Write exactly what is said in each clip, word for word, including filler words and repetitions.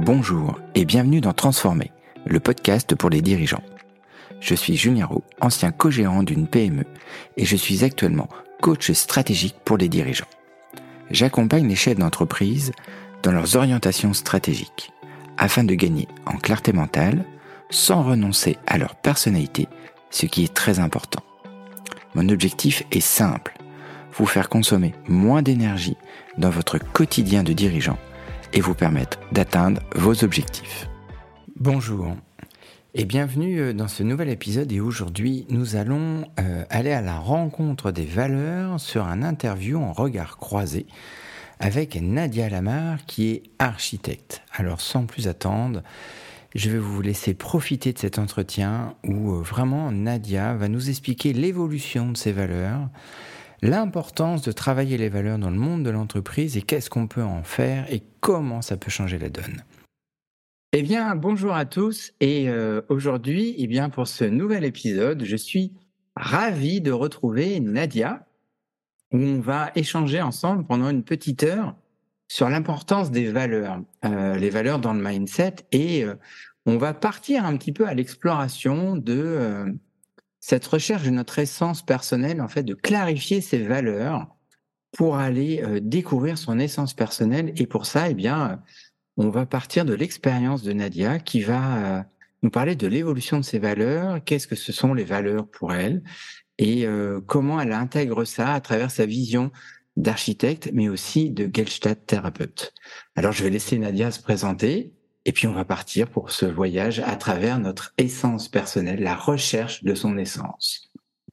Bonjour et bienvenue dans Transformer, le podcast pour les dirigeants. Je suis Julien Roux, ancien co-gérant d'une P M E et je suis actuellement coach stratégique pour les dirigeants. J'accompagne les chefs d'entreprise dans leurs orientations stratégiques afin de gagner en clarté mentale sans renoncer à leur personnalité, ce qui est très important. Mon objectif est simple, vous faire consommer moins d'énergie dans votre quotidien de dirigeant et vous permettre d'atteindre vos objectifs. Bonjour et bienvenue dans ce nouvel épisode et aujourd'hui nous allons euh, aller à la rencontre des valeurs sur un interview en regard croisé avec Nadia Lamar qui est architecte. Alors sans plus attendre, je vais vous laisser profiter de cet entretien où euh, vraiment Nadia va nous expliquer l'évolution de ces valeurs, l'importance de travailler les valeurs dans le monde de l'entreprise et qu'est-ce qu'on peut en faire et comment ça peut changer la donne. Eh bien, bonjour à tous et euh, aujourd'hui, eh bien, pour ce nouvel épisode, je suis ravi de retrouver Nadia où on va échanger ensemble pendant une petite heure sur l'importance des valeurs, euh, les valeurs dans le mindset et euh, on va partir un petit peu à l'exploration de euh, cette recherche de notre essence personnelle, en fait, de clarifier ses valeurs pour aller euh, découvrir son essence personnelle et pour ça, eh bien, euh, on va partir de l'expérience de Nadia qui va euh, nous parler de l'évolution de ses valeurs, qu'est-ce que ce sont les valeurs pour elle et euh, comment elle intègre ça à travers sa vision d'architecte, mais aussi de Gestalt thérapeute. Alors, je vais laisser Nadia se présenter et puis on va partir pour ce voyage à travers notre essence personnelle, la recherche de son essence.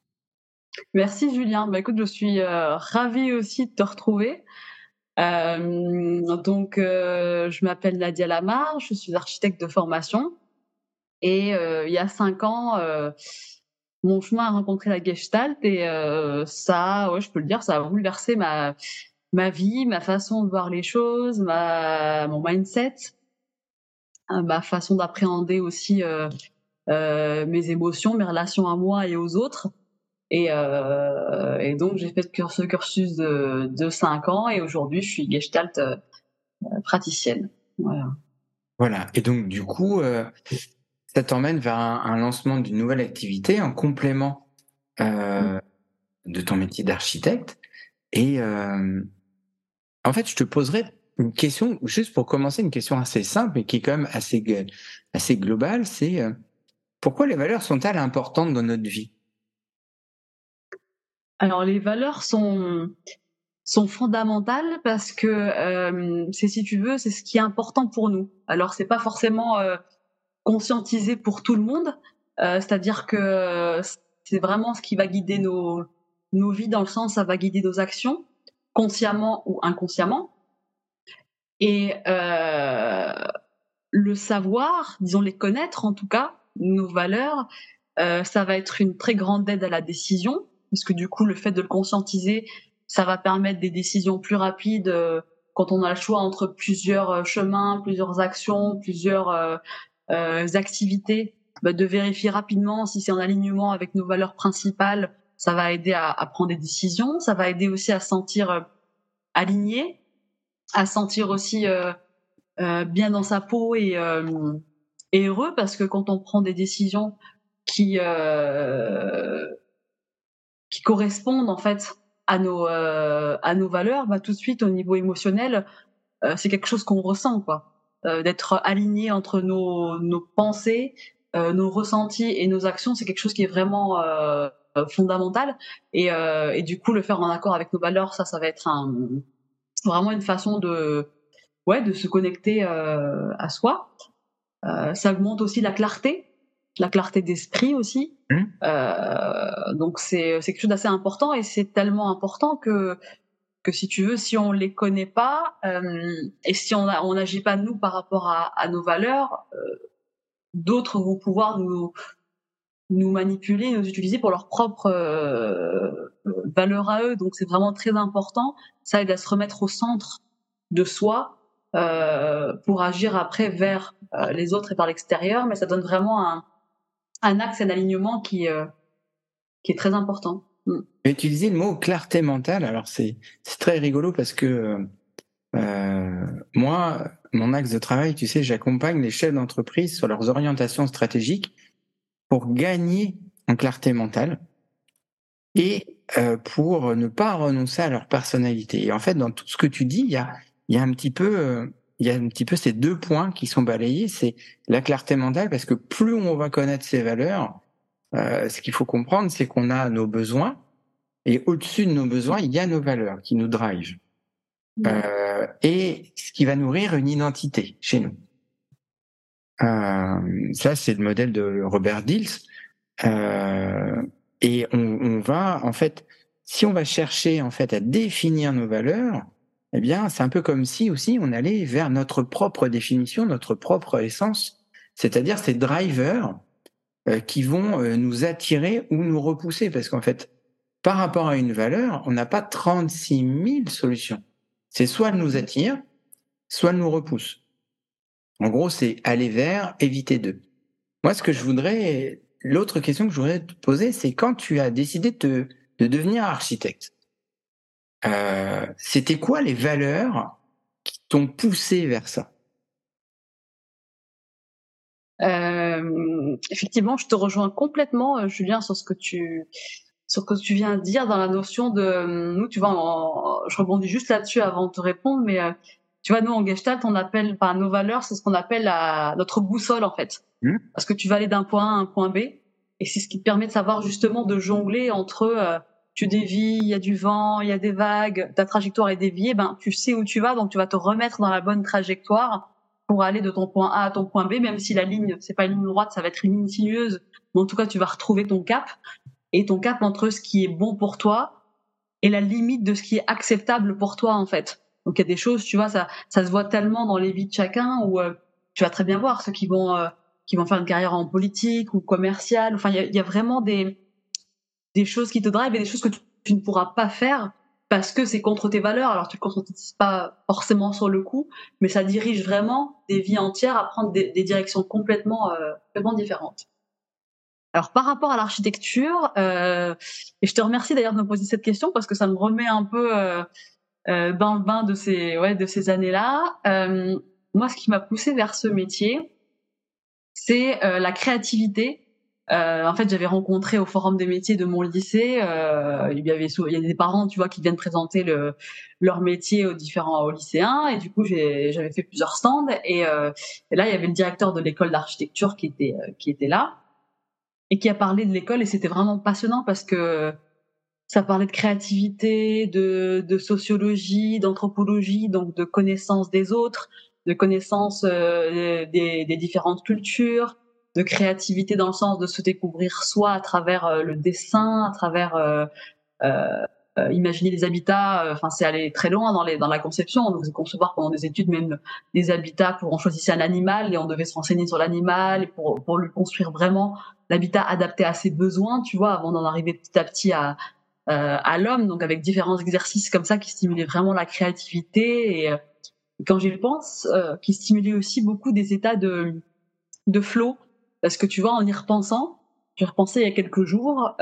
Merci Julien. Bah, écoute, je suis euh, ravie aussi de te retrouver. Euh, donc, euh, je m'appelle Nadia Lamar, je suis architecte de formation et euh, il y a cinq ans, euh, mon chemin a rencontré la Gestalt et euh, ça, ouais, je peux le dire, ça a bouleversé ma ma vie, ma façon de voir les choses, ma mon mindset, ma façon d'appréhender aussi euh, euh, mes émotions, mes relations à moi et aux autres. Et, euh, et donc, j'ai fait ce cursus de, de cinq ans et aujourd'hui, je suis Gestalt euh, praticienne. Voilà. Voilà. Et donc, du coup, euh, ça t'emmène vers un, un lancement d'une nouvelle activité en complément euh, de ton métier d'architecte. Et euh, en fait, je te poserai une question, juste pour commencer, une question assez simple et qui est quand même assez, assez globale, c'est euh, pourquoi les valeurs sont-elles importantes dans notre vie ? Alors, les valeurs sont, sont fondamentales parce que euh, c'est, si tu veux, c'est ce qui est important pour nous. Alors, c'est pas forcément euh, conscientisé pour tout le monde, euh, c'est-à-dire que c'est vraiment ce qui va guider nos, nos vies, dans le sens, ça va guider nos actions, consciemment ou inconsciemment. Et euh, le savoir, disons les connaître en tout cas, nos valeurs, euh, ça va être une très grande aide à la décision, parce que du coup, le fait de le conscientiser, ça va permettre des décisions plus rapides euh, quand on a le choix entre plusieurs chemins, plusieurs actions, plusieurs euh, euh, activités, bah, de vérifier rapidement si c'est en alignement avec nos valeurs principales. Ça va aider à, à prendre des décisions, ça va aider aussi à se sentir euh, aligné, à sentir aussi euh, euh, bien dans sa peau et, euh, et heureux, parce que quand on prend des décisions qui euh, qui correspondent en fait à nos euh, à nos valeurs, bah tout de suite au niveau émotionnel, euh, c'est quelque chose qu'on ressent, quoi. Euh, d'être aligné entre nos nos pensées, euh, nos ressentis et nos actions, c'est quelque chose qui est vraiment euh, fondamental. Et, euh, et du coup, le faire en accord avec nos valeurs, ça, ça va être un, vraiment une façon de ouais de se connecter euh, à soi. Euh, ça augmente aussi la clarté, la clarté d'esprit aussi. Mmh. Euh, donc c'est, c'est quelque chose d'assez important et c'est tellement important que, que si tu veux, si on les connaît pas euh, et si on a, on n'agit pas nous par rapport à, à nos valeurs, euh, d'autres vont pouvoir nous, nous manipuler, nous utiliser pour leurs propres euh, valeurs à eux. Donc c'est vraiment très important. Ça aide à se remettre au centre de soi euh, pour agir après vers euh, les autres et par l'extérieur, mais ça donne vraiment un, un axe, un alignement qui, euh, qui est très important. Mm. J'ai utilisé le mot clarté mentale, alors c'est, c'est très rigolo parce que euh, moi, mon axe de travail, tu sais, j'accompagne les chefs d'entreprise sur leurs orientations stratégiques pour gagner en clarté mentale et euh, pour ne pas renoncer à leur personnalité. Et en fait, dans tout ce que tu dis, il y a, il y a un petit peu, euh, il y a un petit peu ces deux points qui sont balayés. C'est la clarté mentale, parce que plus on va connaître ses valeurs, euh, ce qu'il faut comprendre, c'est qu'on a nos besoins, et au-dessus de nos besoins, il y a nos valeurs qui nous drivent. Euh, et ce qui va nourrir une identité chez nous. Euh, ça, c'est le modèle de Robert Dills. Euh, et on, on va, en fait, si on va chercher en fait à définir nos valeurs, eh bien, c'est un peu comme si aussi on allait vers notre propre définition, notre propre essence, c'est-à-dire ces drivers euh, qui vont euh, nous attirer ou nous repousser, parce qu'en fait, par rapport à une valeur, on n'a pas trente-six mille solutions. C'est soit elle nous attire, soit elle nous repousse. En gros, c'est aller vers, éviter de. Moi, ce que je voudrais, l'autre question que je voudrais te poser, c'est quand tu as décidé de, te, de devenir architecte, euh, c'était quoi les valeurs qui t'ont poussé vers ça? Euh, effectivement, je te rejoins complètement, Julien, sur ce que tu sur ce que tu viens de dire dans la notion de nous. Tu vois, en, je rebondis juste là-dessus avant de te répondre, mais euh, tu vois, nous en Gestalt, on appelle, enfin, nos valeurs, c'est ce qu'on appelle la, notre boussole en fait, mmh. Parce que tu vas aller d'un point A à un point B, et c'est ce qui te permet de savoir justement de jongler entre euh, tu dévies, il y a du vent, il y a des vagues, ta trajectoire est déviée, ben tu sais où tu vas, donc tu vas te remettre dans la bonne trajectoire pour aller de ton point A à ton point B, même si la ligne, c'est pas une ligne droite, ça va être une ligne sinueuse, mais en tout cas, tu vas retrouver ton cap, et ton cap entre ce qui est bon pour toi et la limite de ce qui est acceptable pour toi, en fait. Donc, il y a des choses, tu vois, ça, ça se voit tellement dans les vies de chacun où euh, tu vas très bien voir ceux qui vont, euh, qui vont faire une carrière en politique ou commerciale. Enfin, il y a, il y a vraiment des, des choses qui te drivent et des choses que tu, tu ne pourras pas faire parce que c'est contre tes valeurs. Alors, tu ne le conscientises pas forcément sur le coup, mais ça dirige vraiment des vies entières à prendre des, des directions complètement, euh, complètement différentes. Alors, par rapport à l'architecture, euh, et je te remercie d'ailleurs de me poser cette question parce que ça me remet un peu euh, euh, dans le bain de ces, ouais, de ces années-là. Euh, moi, ce qui m'a poussée vers ce métier, c'est euh, la créativité. Euh, en fait, j'avais rencontré au forum des métiers de mon lycée, euh, il y avait, il y a des parents, tu vois, qui viennent présenter le, leur métier aux différents aux lycéens, et du coup, j'ai, j'avais fait plusieurs stands, et, euh, et là, il y avait le directeur de l'école d'architecture qui était, euh, qui était là, et qui a parlé de l'école, et c'était vraiment passionnant parce que ça parlait de créativité, de, de sociologie, d'anthropologie, donc de connaissance des autres, de connaissance euh, des, des différentes cultures, de créativité dans le sens de se découvrir soi à travers euh, le dessin, à travers euh, euh, euh, imaginer des habitats. Enfin, euh, c'est aller très loin dans, les, dans la conception. On devait concevoir pendant des études même des habitats pour on choisissait un animal et on devait se renseigner sur l'animal pour, pour lui construire vraiment l'habitat adapté à ses besoins, tu vois, avant d'en arriver petit à petit à Euh, à l'homme, donc avec différents exercices comme ça qui stimulaient vraiment la créativité et, euh, quand j'y pense, euh, qui stimulaient aussi beaucoup des états de, de flow, parce que tu vois, en y repensant, j'ai repensé il y a quelques jours,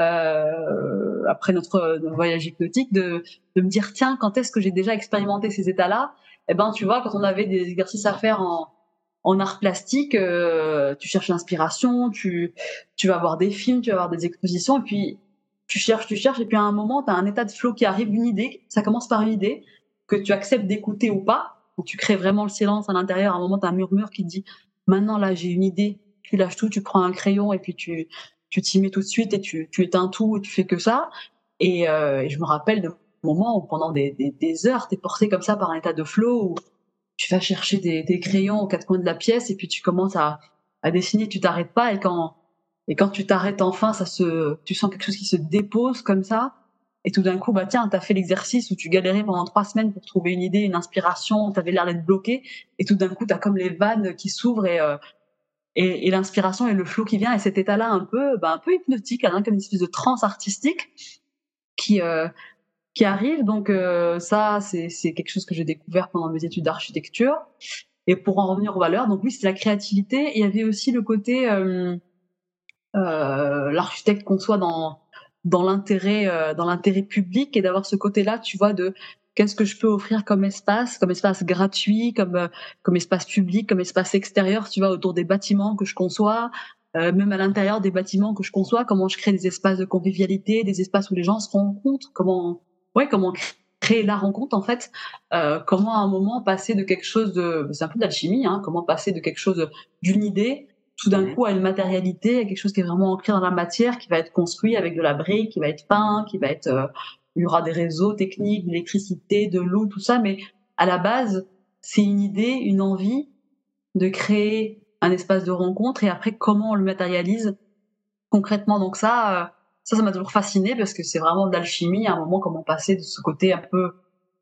euh, après notre, notre voyage hypnotique, de, de me dire, tiens, quand est-ce que j'ai déjà expérimenté ces états-là? Eh ben, tu vois, quand on avait des exercices à faire en, en art plastique, euh, tu cherches l'inspiration, tu, tu vas voir des films, tu vas voir des expositions, et puis tu cherches, tu cherches, et puis à un moment, tu as un état de flow qui arrive, une idée, ça commence par une idée, que tu acceptes d'écouter ou pas, donc tu crées vraiment le silence à l'intérieur, à un moment, tu as un murmure qui te dit, maintenant là, j'ai une idée, tu lâches tout, tu prends un crayon, et puis tu tu t'y mets tout de suite, et tu, tu éteins tout, et tu fais que ça, et, euh, et je me rappelle de moments où pendant des, des, des heures, tu es porté comme ça par un état de flow, où tu vas chercher des, des crayons aux quatre coins de la pièce, et puis tu commences à, à dessiner, tu t'arrêtes pas, et quand Et quand tu t'arrêtes enfin, ça se, tu sens quelque chose qui se dépose comme ça. Et tout d'un coup, bah tiens, t'as fait l'exercice où tu galérais pendant trois semaines pour trouver une idée, une inspiration, t'avais l'air d'être bloqué. Et tout d'un coup, t'as comme les vannes qui s'ouvrent et, euh, et, et l'inspiration et le flow qui vient. Et cet état-là un peu, bah un peu hypnotique, hein, comme une espèce de transe artistique qui, euh, qui arrive. Donc euh, ça, c'est, c'est quelque chose que j'ai découvert pendant mes études d'architecture. Et pour en revenir aux valeurs, donc oui, c'est la créativité. Et il y avait aussi le côté euh, Euh, l'architecte conçoit dans dans l'intérêt euh, dans l'intérêt public, et d'avoir ce côté-là, tu vois, de qu'est-ce que je peux offrir comme espace, comme espace gratuit, comme euh, comme espace public, comme espace extérieur, tu vois, autour des bâtiments que je conçois, euh, même à l'intérieur des bâtiments que je conçois, comment je crée des espaces de convivialité, des espaces où les gens se rencontrent, comment, ouais, comment créer la rencontre en fait, euh, comment à un moment passer de quelque chose de, c'est un peu d'alchimie, hein, comment passer de quelque chose d'une idée tout d'un coup à une matérialité, à quelque chose qui est vraiment ancré dans la matière, qui va être construit avec de la brique, qui va être peint, qui va être, euh, il y aura des réseaux techniques, de l'électricité, de l'eau, tout ça, mais à la base, c'est une idée, une envie de créer un espace de rencontre et après comment on le matérialise concrètement. Donc ça, euh, ça, ça m'a toujours fasciné parce que c'est vraiment de l'alchimie, à un moment comment passer de ce côté un peu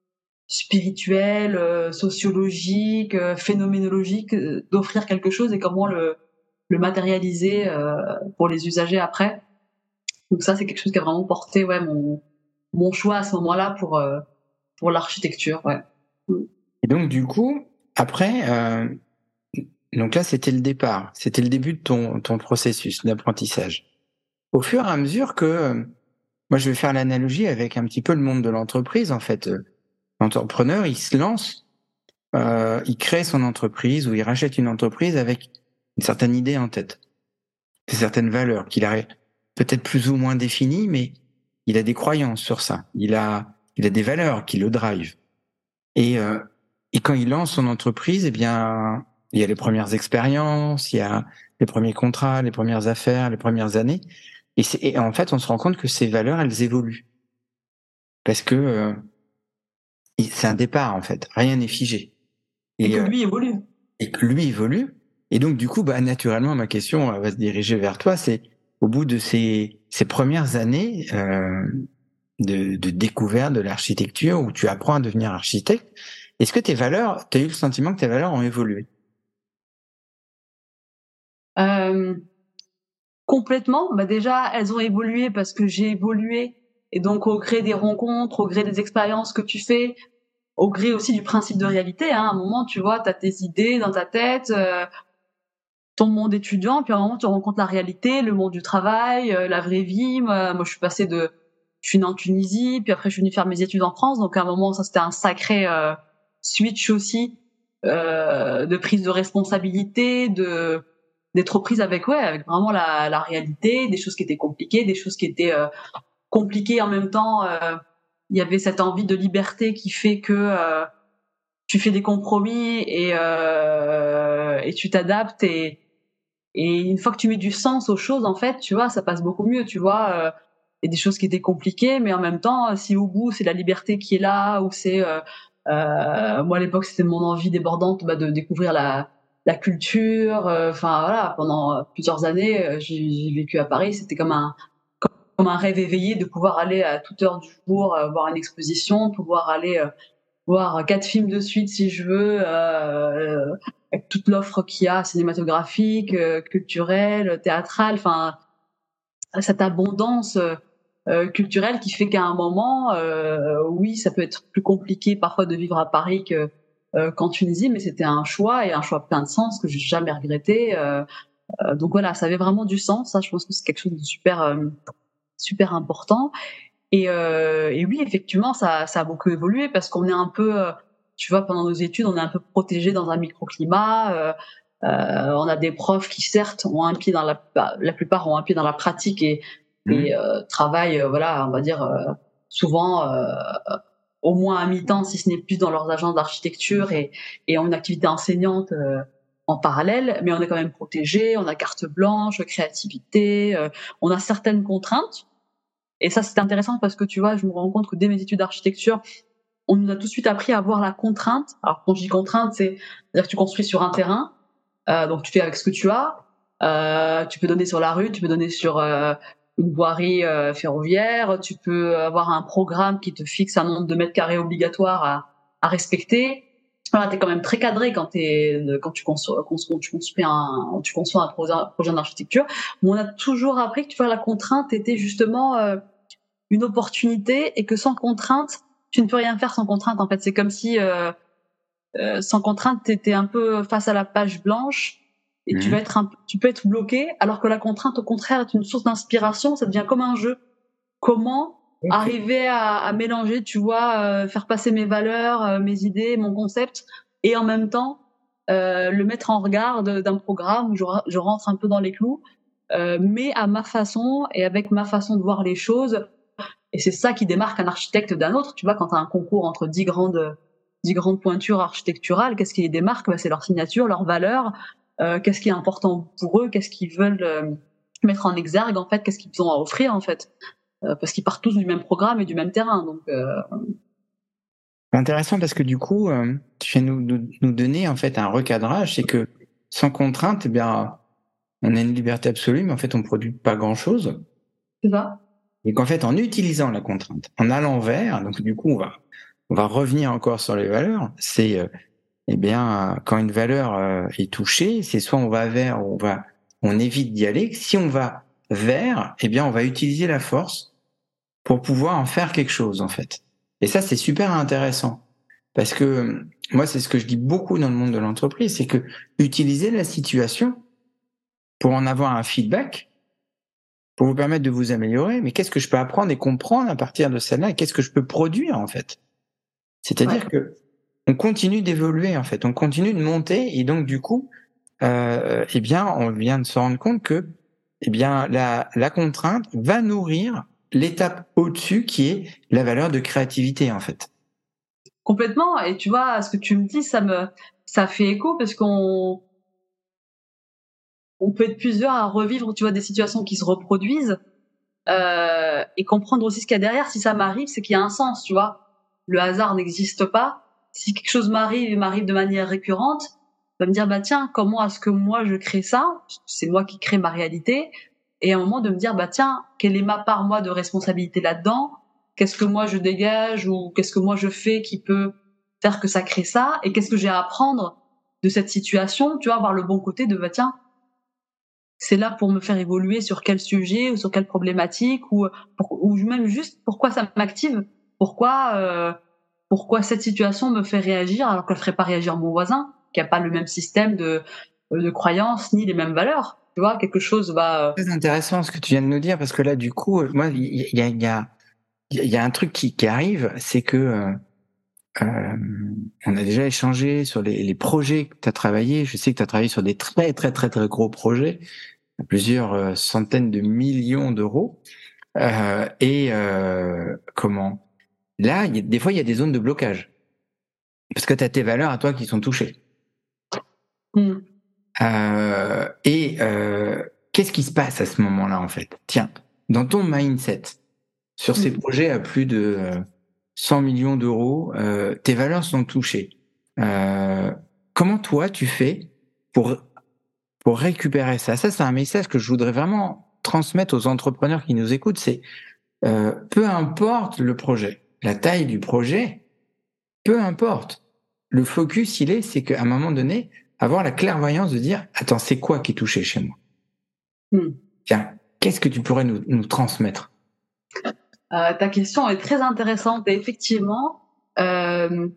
spirituel, euh, sociologique, euh, phénoménologique, euh, d'offrir quelque chose et comment le le matérialiser euh, pour les usagers après. Donc ça, c'est quelque chose qui a vraiment porté ouais, mon, mon choix à ce moment-là pour, euh, pour l'architecture. Ouais. Et donc, du coup, après, euh, donc là, c'était le départ, c'était le début de ton, ton processus d'apprentissage. Au fur et à mesure que, euh, moi, je vais faire l'analogie avec un petit peu le monde de l'entreprise, en fait. L'entrepreneur, il se lance, euh, il crée son entreprise ou il rachète une entreprise avec une certaine idée en tête, certaines valeurs qu'il a peut-être plus ou moins définies, mais il a des croyances sur ça. Il a, il a des valeurs qui le drivent. Et, euh, et quand il lance son entreprise, eh bien, il y a les premières expériences, il y a les premiers contrats, les premières affaires, les premières années. Et, c'est, et en fait, on se rend compte que ces valeurs, elles évoluent. Parce que euh, c'est un départ, en fait. Rien n'est figé. Et, et que euh, lui évolue. Et que lui évolue. Et donc, du coup, bah, naturellement, ma question va se diriger vers toi. C'est au bout de ces, ces premières années euh, de, de découverte de l'architecture où tu apprends à devenir architecte, est-ce que tes valeurs, tu as eu le sentiment que tes valeurs ont évolué? euh, Complètement. Bah déjà, elles ont évolué parce que j'ai évolué. Et donc, au gré des rencontres, au gré des expériences que tu fais, au gré aussi du principe de réalité, hein, à un moment, tu vois, tu as tes idées dans ta tête, euh, ton monde étudiant, puis à un moment, tu rencontres la réalité, le monde du travail, euh, la vraie vie. Moi, moi, je suis passée de... Je suis née en Tunisie, puis après, je suis venue faire mes études en France. Donc, à un moment, ça, c'était un sacré euh, switch aussi euh, de prise de responsabilité, de d'être prise avec, ouais, avec vraiment la, la réalité, des choses qui étaient compliquées, des choses qui étaient euh, compliquées en même temps. Euh, il y avait cette envie de liberté qui fait que... Euh, tu fais des compromis et, euh, et tu t'adaptes et, et une fois que tu mets du sens aux choses, en fait, tu vois, ça passe beaucoup mieux, tu vois. Euh, il y a des choses qui étaient compliquées, mais en même temps, si au bout, c'est la liberté qui est là, ou c'est... Euh, euh, moi, à l'époque, c'était mon envie débordante bah, de découvrir la, la culture. Enfin, euh, voilà, pendant plusieurs années, j'ai, j'ai vécu à Paris. C'était comme un, comme un rêve éveillé de pouvoir aller à toute heure du jour euh, voir une exposition, pouvoir aller... Euh, voir quatre films de suite si je veux, euh, avec toute l'offre qu'il y a cinématographique, euh, culturelle, théâtrale, enfin cette abondance euh, culturelle qui fait qu'à un moment, euh, oui, ça peut être plus compliqué parfois de vivre à Paris que euh, qu'en Tunisie, mais c'était un choix et un choix plein de sens que j'ai jamais regretté. Euh, euh, donc voilà, ça avait vraiment du sens. Ça, je pense que c'est quelque chose de super, euh, super important. Et, euh, et oui, effectivement, ça, ça a beaucoup évolué parce qu'on est un peu, euh, tu vois, pendant nos études, on est un peu protégé dans un microclimat. Euh, euh, on a des profs qui, certes, ont un pied dans la, la plupart ont un pied dans la pratique et, mmh. et euh, travaillent, euh, voilà, on va dire, euh, souvent euh, au moins à mi-temps, si ce n'est plus dans leurs agences d'architecture et, et ont une activité enseignante euh, en parallèle, mais on est quand même protégé, on a carte blanche, créativité, euh, on a certaines contraintes. Et ça, c'est intéressant parce que tu vois, je me rends compte que dès mes études d'architecture, on nous a tout de suite appris à voir la contrainte. Alors, quand je dis contrainte, c'est, c'est-à-dire que tu construis sur un terrain, euh, donc tu fais avec ce que tu as. Euh, tu peux donner sur la rue, tu peux donner sur euh, une voirie euh, ferroviaire, tu peux avoir un programme qui te fixe un nombre de mètres carrés obligatoire à, à respecter. Voilà, t'es quand même très cadré quand t'es, quand tu conçois, tu construis un, tu conçois un projet, un projet d'architecture. Mais on a toujours appris que tu vois, la contrainte était justement euh, une opportunité et que sans contrainte, tu ne peux rien faire sans contrainte. En fait, c'est comme si euh, euh, sans contrainte, t'étais un peu face à la page blanche et mmh. tu vas être un, tu peux être bloqué, alors que la contrainte, au contraire, est une source d'inspiration. Ça devient comme un jeu. Comment Ok. arriver à, à mélanger, tu vois, euh, faire passer mes valeurs, euh, mes idées, mon concept, et en même temps euh, le mettre en regard de- d'un programme où je, je rentre un peu dans les clous, euh, mais à ma façon et avec ma façon de voir les choses. Et c'est ça qui démarque un architecte d'un autre. Tu vois, quand tu as un concours entre dix grandes, dix grandes pointures architecturales, qu'est-ce qui les démarque? Bah, c'est leur signature, leurs valeurs, euh, qu'est-ce qui est important pour eux, qu'est-ce qu'ils veulent euh, mettre en exergue, en fait, qu'est-ce qu'ils ont à offrir, en fait. Euh, parce qu'ils partent tous du même programme et du même terrain. Donc, euh... C'est intéressant parce que du coup, euh, tu viens nous, nous, nous donner en fait un recadrage, c'est que sans contrainte, eh bien, on a une liberté absolue, mais en fait, on produit pas grand-chose. c'est ça. Et qu'en fait, en utilisant la contrainte, en allant vers, donc du coup, on va, on va revenir encore sur les valeurs. C'est, euh, eh bien, quand une valeur euh, est touchée, c'est soit on va vers, ou on va, on évite d'y aller. Si on va vers, eh bien, on va utiliser la force pour pouvoir en faire quelque chose, en fait. Et ça, c'est super intéressant. Parce que moi, c'est ce que je dis beaucoup dans le monde de l'entreprise, c'est que utiliser la situation pour en avoir un feedback, pour vous permettre de vous améliorer, mais qu'est-ce que je peux apprendre et comprendre à partir de celle-là, et qu'est-ce que je peux produire, en fait. Ouais. C'est-à-dire que on continue d'évoluer, en fait, on continue de monter, et donc, du coup, euh, eh bien, on vient de se rendre compte que, eh bien, la, la contrainte va nourrir l'étape au-dessus qui est la valeur de créativité, en fait. Complètement. Et tu vois, ce que tu me dis, ça me, ça fait écho parce qu'on, on peut être plusieurs à revivre, tu vois, des situations qui se reproduisent. Euh, et comprendre aussi ce qu'il y a derrière. Si ça m'arrive, c'est qu'il y a un sens, tu vois. Le hasard n'existe pas. Si quelque chose m'arrive et m'arrive de manière récurrente, va me dire, bah tiens, comment est-ce que moi je crée ça? C'est moi qui crée ma réalité. Et à un moment de me dire, bah tiens, quelle est ma part, moi, de responsabilité là-dedans? Qu'est-ce que moi je dégage ou qu'est-ce que moi je fais qui peut faire que ça crée ça? Et qu'est-ce que j'ai à apprendre de cette situation? Tu vois, avoir le bon côté de, bah tiens, c'est là pour me faire évoluer sur quel sujet ou sur quelle problématique ou, pour, ou même juste pourquoi ça m'active, pourquoi, euh, pourquoi cette situation me fait réagir alors qu'elle ferait pas réagir mon voisin, qui a pas le même système de, de croyances ni les mêmes valeurs. Tu vois, quelque chose va. Très intéressant ce que tu viens de nous dire, parce que là, du coup, moi, il y, y, a, il y, a, il y a un truc qui, qui arrive, c'est que euh, euh, on a déjà échangé sur les, les projets que tu as travaillé. Je sais que tu as travaillé sur des très, très, très, très gros projets, plusieurs euh, centaines de millions d'euros. Euh, et euh, comment Là, il y a, des fois, il y a des zones de blocage, parce que tu as tes valeurs à toi qui sont touchées. Hmm. Euh, et euh, qu'est-ce qui se passe à ce moment-là, en fait? Tiens, dans ton mindset, sur ces Hmm. projets à plus de euh, cent millions d'euros, euh, tes valeurs sont touchées. Euh, comment toi, tu fais pour, pour récupérer ça? Ça, c'est un message que je voudrais vraiment transmettre aux entrepreneurs qui nous écoutent. C'est euh, peu importe le projet, la taille du projet, peu importe. Le focus, il est, c'est qu'à un moment donné, avoir la clairvoyance de dire, attends, c'est quoi qui est touché chez moi? Hmm. Tiens, qu'est-ce que tu pourrais nous, nous transmettre? Euh, ta question est très intéressante et effectivement, euh,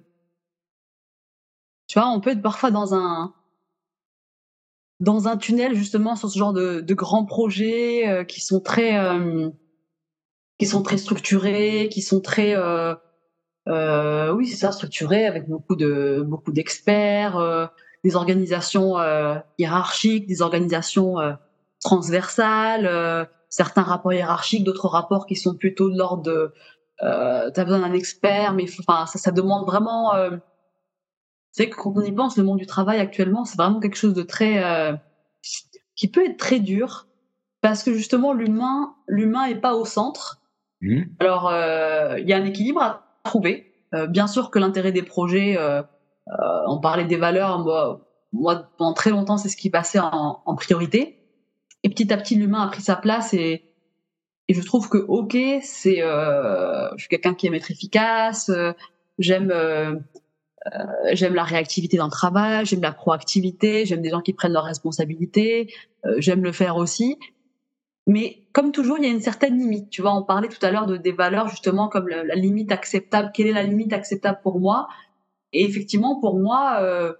tu vois, on peut être parfois dans un dans un tunnel justement sur ce genre de, de grands projets euh, qui sont très euh, qui sont très structurés, qui sont très euh, euh, oui c'est ça structurés avec beaucoup de beaucoup d'experts, euh, des organisations euh, hiérarchiques, des organisations euh, transversales, euh, certains rapports hiérarchiques, d'autres rapports qui sont plutôt de l'ordre de euh, t'as besoin d'un expert, mais enfin ça, ça demande vraiment. Euh, c'est vrai que quand on y pense, le monde du travail actuellement, c'est vraiment quelque chose de très euh, qui peut être très dur parce que justement l'humain l'humain est pas au centre. Mmh. Alors, euh, il y a un équilibre à trouver. Euh, bien sûr que l'intérêt des projets, euh, euh, on parlait des valeurs, moi, moi pendant très longtemps, c'est ce qui passait en, en priorité. Et petit à petit, l'humain a pris sa place et, et je trouve que, ok, c'est, euh, je suis quelqu'un qui aime être efficace, euh, j'aime, euh, j'aime la réactivité dans le travail, j'aime la proactivité, j'aime des gens qui prennent leurs responsabilités, euh, j'aime le faire aussi. Mais comme toujours, il y a une certaine limite. Tu vois, on parlait tout à l'heure de des valeurs justement comme la, la limite acceptable. Quelle est la limite acceptable pour moi? Et effectivement, pour moi, euh,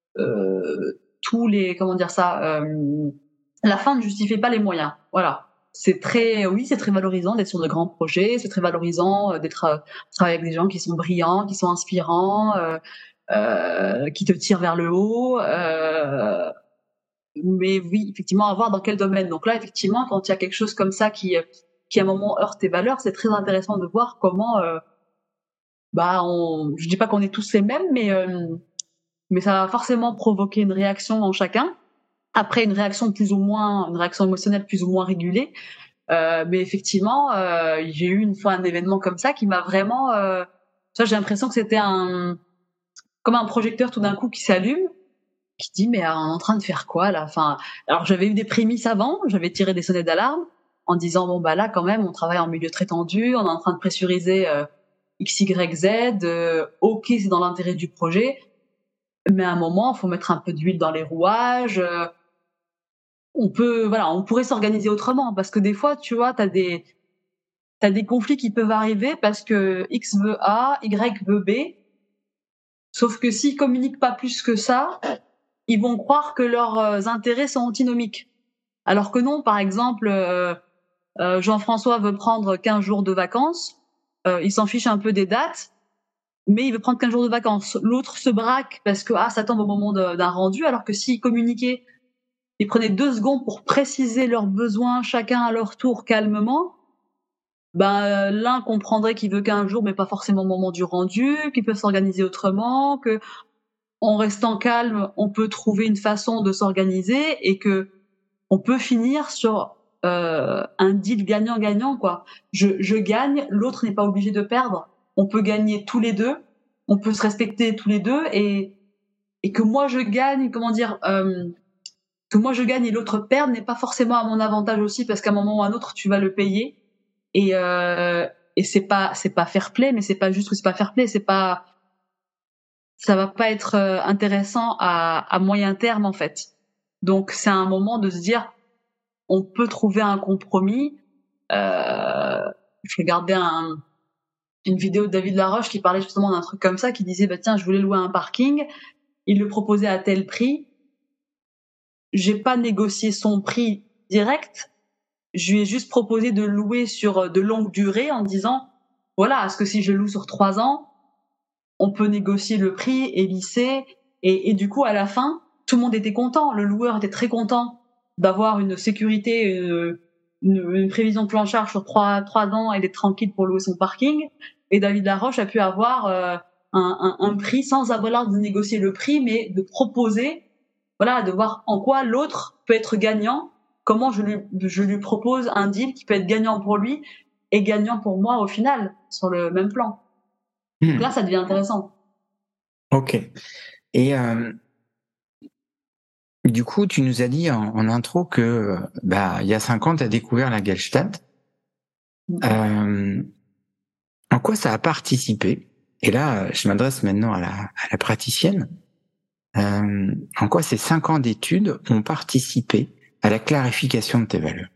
euh, tous les comment dire ça, euh, la fin ne justifie pas les moyens. Voilà. c'est très, oui, c'est très valorisant d'être sur de grands projets, c'est très valorisant euh, d'être euh, travailler avec des gens qui sont brillants, qui sont inspirants, euh, euh, qui te tirent vers le haut. Euh, mais oui, effectivement, à voir dans quel domaine. Donc là, effectivement, quand il y a quelque chose comme ça qui, qui à un moment heurte tes valeurs, c'est très intéressant de voir comment, euh, bah, on, je dis pas qu'on est tous les mêmes, mais euh, mais ça va forcément provoquer une réaction en chacun. Après, une réaction plus ou moins, une réaction émotionnelle plus ou moins régulée. Euh, mais effectivement, euh, j'ai eu une fois un événement comme ça qui m'a vraiment, euh, ça, j'ai l'impression que c'était un, comme un projecteur tout d'un coup qui s'allume, qui dit mais on est en train de faire quoi là? Enfin, alors j'avais eu des prémices avant, j'avais tiré des sonnettes d'alarme en disant bon bah là quand même on travaille en milieu très tendu, on est en train de pressuriser euh, X, Y, Z, euh, ok c'est dans l'intérêt du projet, mais à un moment il faut mettre un peu d'huile dans les rouages. Euh, on peut, voilà, on pourrait s'organiser autrement parce que des fois tu vois t'as des t'as des conflits qui peuvent arriver parce que X veut A, Y veut B, sauf que s'ils communiquent pas plus que ça, ils vont croire que leurs euh, intérêts sont antinomiques. Alors que non, par exemple, euh, euh, Jean-François veut prendre quinze jours de vacances, euh, il s'en fiche un peu des dates, mais il veut prendre quinze jours de vacances. L'autre se braque parce que ah, ça tombe au moment de, d'un rendu, alors que s'ils communiquaient, ils prenaient deux secondes pour préciser leurs besoins, chacun à leur tour, calmement, ben, l'un comprendrait qu'il veut quinze jours, mais pas forcément au moment du rendu, qu'ils peuvent s'organiser autrement, que en restant calme, on peut trouver une façon de s'organiser et que on peut finir sur euh, un deal gagnant-gagnant, quoi. Je, je gagne, l'autre n'est pas obligé de perdre. On peut gagner tous les deux, on peut se respecter tous les deux et, et que moi je gagne, comment dire, euh, que moi je gagne et l'autre perd n'est pas forcément à mon avantage aussi parce qu'à un moment ou à un autre tu vas le payer et euh, et c'est pas c'est pas fair play, mais c'est pas juste que c'est pas fair play, c'est pas ça va pas être euh, intéressant à, à moyen terme en fait. Donc c'est un moment de se dire on peut trouver un compromis. Euh, je regardais un, une vidéo de David Laroche qui parlait justement d'un truc comme ça, qui disait bah tiens je voulais louer un parking, il le proposait à tel prix, j'ai pas négocié son prix direct, je lui ai juste proposé de louer sur de longue durée en disant voilà, est-ce que si je loue sur trois ans, on peut négocier le prix et lisser et, et du coup à la fin tout le monde était content, le loueur était très content d'avoir une sécurité, une, une, une prévision de plan de charge sur trois trois ans et d'être tranquille pour louer son parking. Et David Laroche a pu avoir euh, un, un, un prix sans avoir de négocier le prix, mais de proposer, voilà, de voir en quoi l'autre peut être gagnant. Comment je lui je lui propose un deal qui peut être gagnant pour lui et gagnant pour moi au final sur le même plan. Hmm. Donc là, ça devient intéressant. Ok. Et euh, du coup, tu nous as dit en, en intro que bah il y a cinq ans, tu as découvert la Gestalt. Euh, en quoi ça a participé? Et là, je m'adresse maintenant à la, à la praticienne. Euh, en quoi ces cinq ans d'études ont participé à la clarification de tes valeurs?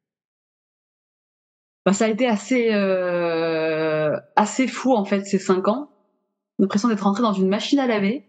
Bah, ça a été assez euh, assez fou en fait ces cinq ans. J'ai l'impression d'être rentrée dans une machine à laver,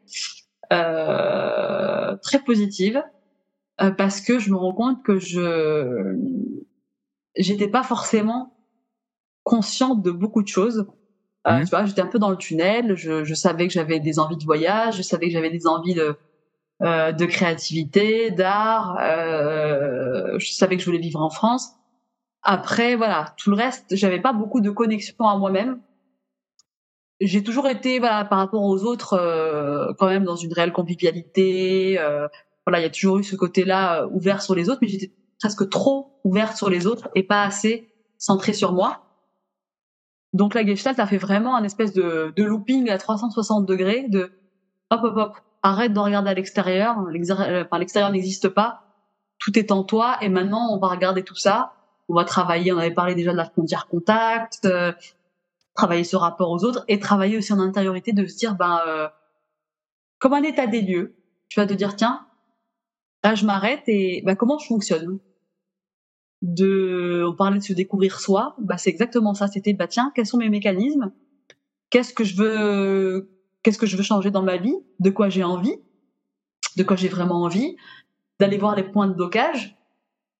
euh, très positive, euh, parce que je me rends compte que je j'étais pas forcément consciente de beaucoup de choses. Euh, Mmh. tu vois, j'étais un peu dans le tunnel. Je, je savais que j'avais des envies de voyage, je savais que j'avais des envies de euh, de créativité, d'art. Euh, je savais que je voulais vivre en France. Après, voilà, tout le reste, j'avais pas beaucoup de connexion à moi-même. J'ai toujours été, voilà, par rapport aux autres, euh, quand même dans une réelle convivialité. Euh, voilà, il y a toujours eu ce côté-là euh, ouvert sur les autres, mais j'étais presque trop ouverte sur les autres et pas assez centrée sur moi. Donc la Gestalt a fait vraiment un espèce de, de looping à trois cent soixante degrés, de hop hop hop, arrête de regarder à l'extérieur, l'extérieur, enfin, l'extérieur n'existe pas, tout est en toi et maintenant on va regarder tout ça, on va travailler, on avait parlé déjà de la frontière contact, euh, travailler ce rapport aux autres et travailler aussi en intériorité de se dire ben euh, comme un état des lieux, tu vas te dire tiens, là je m'arrête et ben, comment je fonctionne. De, on parlait de se découvrir soi, bah c'est exactement ça. C'était bah tiens, quels sont mes mécanismes, qu'est-ce que je veux, qu'est-ce que je veux changer dans ma vie, de quoi j'ai envie, de quoi j'ai vraiment envie, d'aller voir les points de blocage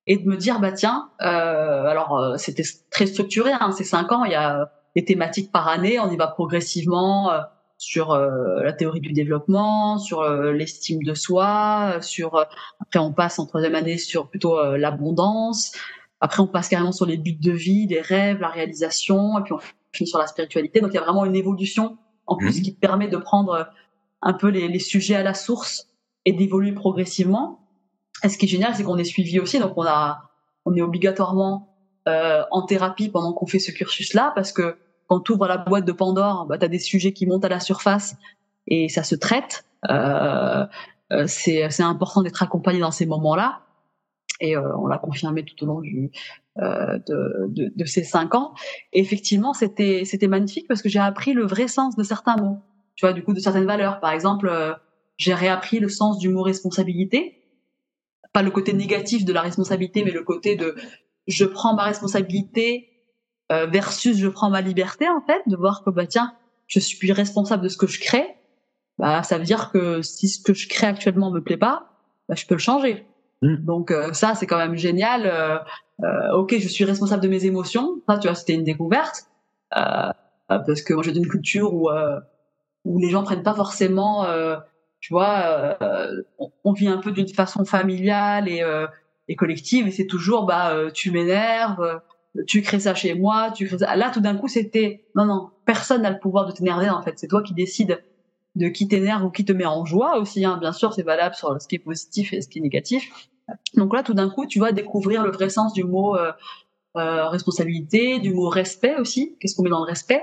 et de me dire bah tiens, euh, alors euh, c'était très structuré, hein, c'est cinq ans, il y a des thématiques par année, on y va progressivement euh, sur euh, la théorie du développement, sur euh, l'estime de soi, sur euh, après on passe en troisième année sur plutôt euh, l'abondance, après on passe carrément sur les buts de vie, les rêves, la réalisation, et puis on finit sur la spiritualité. Donc il y a vraiment une évolution en plus mmh. qui te permet de prendre un peu les, les sujets à la source et d'évoluer progressivement. Et ce qui est génial, c'est qu'on est suivi aussi, donc on a, on est obligatoirement euh, en thérapie pendant qu'on fait ce cursus-là, parce que quand tu ouvres la boîte de Pandore, bah, tu as des sujets qui montent à la surface et ça se traite. Euh, euh, c'est, c'est important d'être accompagné dans ces moments-là, et euh, on l'a confirmé tout au long du, euh, de, de, de ces cinq ans. Et effectivement, c'était, c'était magnifique parce que j'ai appris le vrai sens de certains mots, tu vois, du coup, de certaines valeurs. Par exemple, euh, j'ai réappris le sens du mot responsabilité. Pas le côté négatif de la responsabilité, mais le côté de je prends ma responsabilité euh, versus je prends ma liberté, en fait, de voir que bah tiens, je suis responsable de ce que je crée. Bah ça veut dire que si ce que je crée actuellement me plaît pas, bah je peux le changer. Mmh. Donc euh, ça c'est quand même génial. Euh, euh, ok, je suis responsable de mes émotions. Ça, tu vois, c'était une découverte euh, parce que moi j'ai une culture où euh, où les gens prennent pas forcément. Euh, Tu vois, euh, on, on vit un peu d'une façon familiale et, euh, et collective, et c'est toujours, bah, euh, tu m'énerves, euh, tu crées ça chez moi, tu crées ça. Là, tout d'un coup, c'était, non, non, personne n'a le pouvoir de t'énerver, en fait. C'est toi qui décides de qui t'énerve ou qui te met en joie aussi, hein. Bien sûr, c'est valable sur ce qui est positif et ce qui est négatif. Donc là, tout d'un coup, tu vas découvrir le vrai sens du mot euh, euh, responsabilité, du mot respect aussi. Qu'est-ce qu'on met dans le respect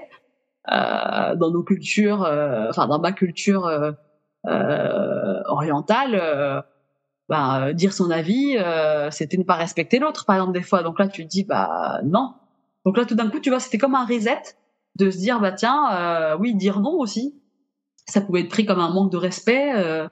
euh, dans nos cultures, euh, enfin, dans ma culture euh, Euh, orientale, euh, bah, dire son avis, euh, c'était ne pas respecter l'autre, par exemple, des fois. Donc là, tu te dis, bah non. Donc là, tout d'un coup, tu vois, c'était comme un reset de se dire, bah tiens, euh, oui, dire non aussi, ça pouvait être pris comme un manque de respect euh,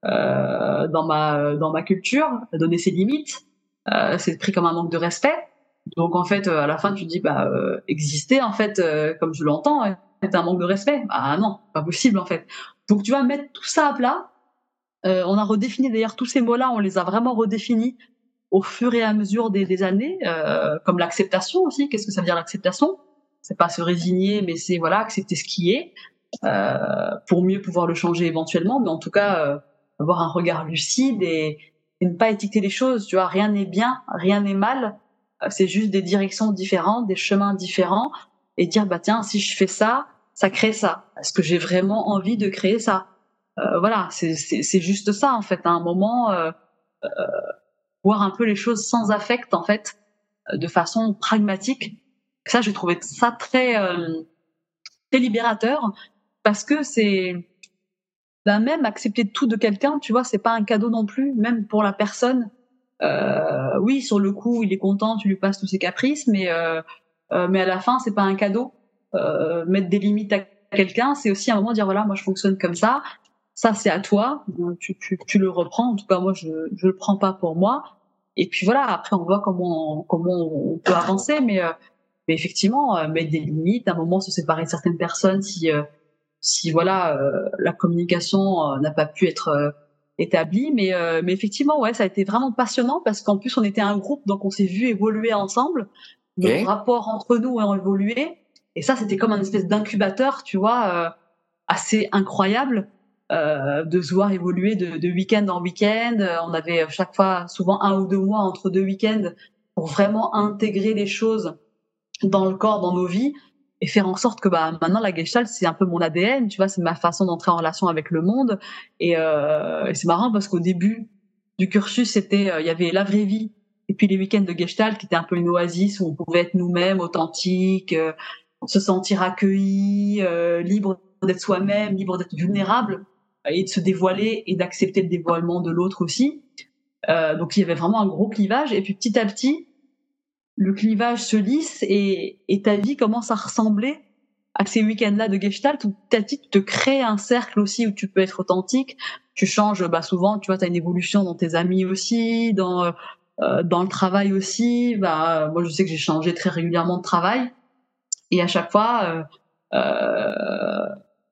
euh, dans ma dans ma culture, donner ses limites, euh, c'est pris comme un manque de respect. Donc en fait, euh, à la fin, tu te dis, bah euh, exister, en fait, euh, comme je l'entends, ouais, c'est un manque de respect. Ah non, pas possible en fait. Donc tu vas mettre tout ça à plat. Euh, on a redéfini d'ailleurs tous ces mots-là, on les a vraiment redéfinis au fur et à mesure des, des années, euh, comme l'acceptation aussi. Qu'est-ce que ça veut dire l'acceptation ? C'est pas se résigner, mais c'est voilà accepter ce qui est euh, pour mieux pouvoir le changer éventuellement. Mais en tout cas, euh, avoir un regard lucide et, et ne pas étiqueter les choses. Tu vois, rien n'est bien, rien n'est mal. Euh, c'est juste des directions différentes, des chemins différents, et dire bah tiens, si je fais ça, ça crée ça. Est-ce que j'ai vraiment envie de créer ça ? Euh, voilà, c'est, c'est, c'est juste ça en fait. À un moment, euh, euh, voir un peu les choses sans affect en fait, euh, de façon pragmatique. Ça, j'ai trouvé ça très, euh, très libérateur parce que c'est, bah, même accepter tout de quelqu'un, tu vois, c'est pas un cadeau non plus, même pour la personne. Euh, oui, sur le coup, il est content, tu lui passes tous ses caprices, mais euh, euh, mais à la fin, c'est pas un cadeau. Euh, mettre des limites à quelqu'un, c'est aussi un moment de dire voilà, moi je fonctionne comme ça. Ça, c'est à toi. Tu, tu, tu le reprends. En tout cas, moi, je je le prends pas pour moi. Et puis voilà. Après, on voit comment comment on peut avancer, mais euh, mais effectivement, euh, mettre des limites. À un moment, se séparer de certaines personnes si euh, si voilà euh, la communication euh, n'a pas pu être euh, établie. Mais euh, mais effectivement, ouais, ça a été vraiment passionnant parce qu'en plus, on était un groupe, donc on s'est vu évoluer ensemble. Nos Okay. rapports entre nous ont évolué. Et ça, c'était comme un espèce d'incubateur, tu vois, euh, assez incroyable. Euh, de se voir évoluer de, de week-end en week-end. On avait chaque fois souvent un ou deux mois entre deux week-ends pour vraiment intégrer les choses dans le corps, dans nos vies et faire en sorte que bah maintenant la Gestalt c'est un peu mon A D N, tu vois, c'est ma façon d'entrer en relation avec le monde. Et, euh, et c'est marrant parce qu'au début du cursus, c'était euh, il y avait la vraie vie et puis les week-ends de Gestalt qui étaient un peu une oasis où on pouvait être nous-mêmes, authentiques, euh, se sentir accueilli, euh, libre d'être soi-même, libre d'être vulnérable et de se dévoiler et d'accepter le dévoilement de l'autre aussi. Euh, donc il y avait vraiment un gros clivage. Et puis petit à petit, le clivage se lisse et, et ta vie commence à ressembler à ces week-ends-là de Gestalt où petit à petit tu te crées un cercle aussi où tu peux être authentique. Tu changes, bah souvent, tu vois, t'as une évolution dans tes amis aussi, dans euh, dans le travail aussi. Bah moi je sais que j'ai changé très régulièrement de travail et à chaque fois. Euh, euh,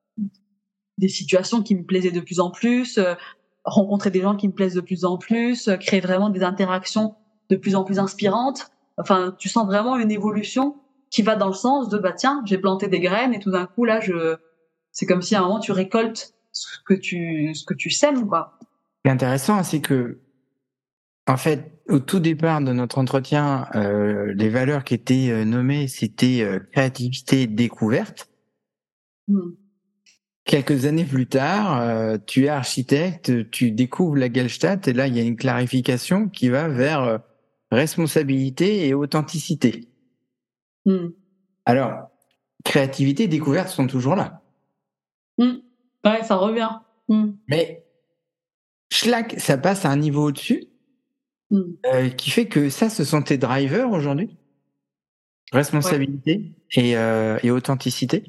des situations qui me plaisaient de plus en plus, euh, rencontrer des gens qui me plaisent de plus en plus, euh, créer vraiment des interactions de plus en plus inspirante. Enfin, tu sens vraiment une évolution qui va dans le sens de bah tiens, j'ai planté des graines et tout d'un coup là, je, c'est comme si à un moment tu récoltes ce que tu, ce que tu sèmes, quoi. Ce qui est intéressant, c'est que, en fait, au tout départ de notre entretien, euh, les valeurs qui étaient euh, nommées, c'était euh, créativité et découverte. Hmm. Quelques années plus tard, euh, tu es architecte, tu découvres la Gestalt, et là, il y a une clarification qui va vers euh, responsabilité et authenticité. Hmm. Alors, créativité et découverte sont toujours là. Hmm. Ouais, ça revient. Hmm. Mais, schlac, ça passe à un niveau au-dessus, hmm. euh, qui fait que ça, ce sont tes drivers aujourd'hui? Responsabilité ouais. et, euh, et authenticité?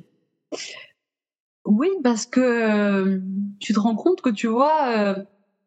Oui, parce que euh, tu te rends compte que tu vois euh,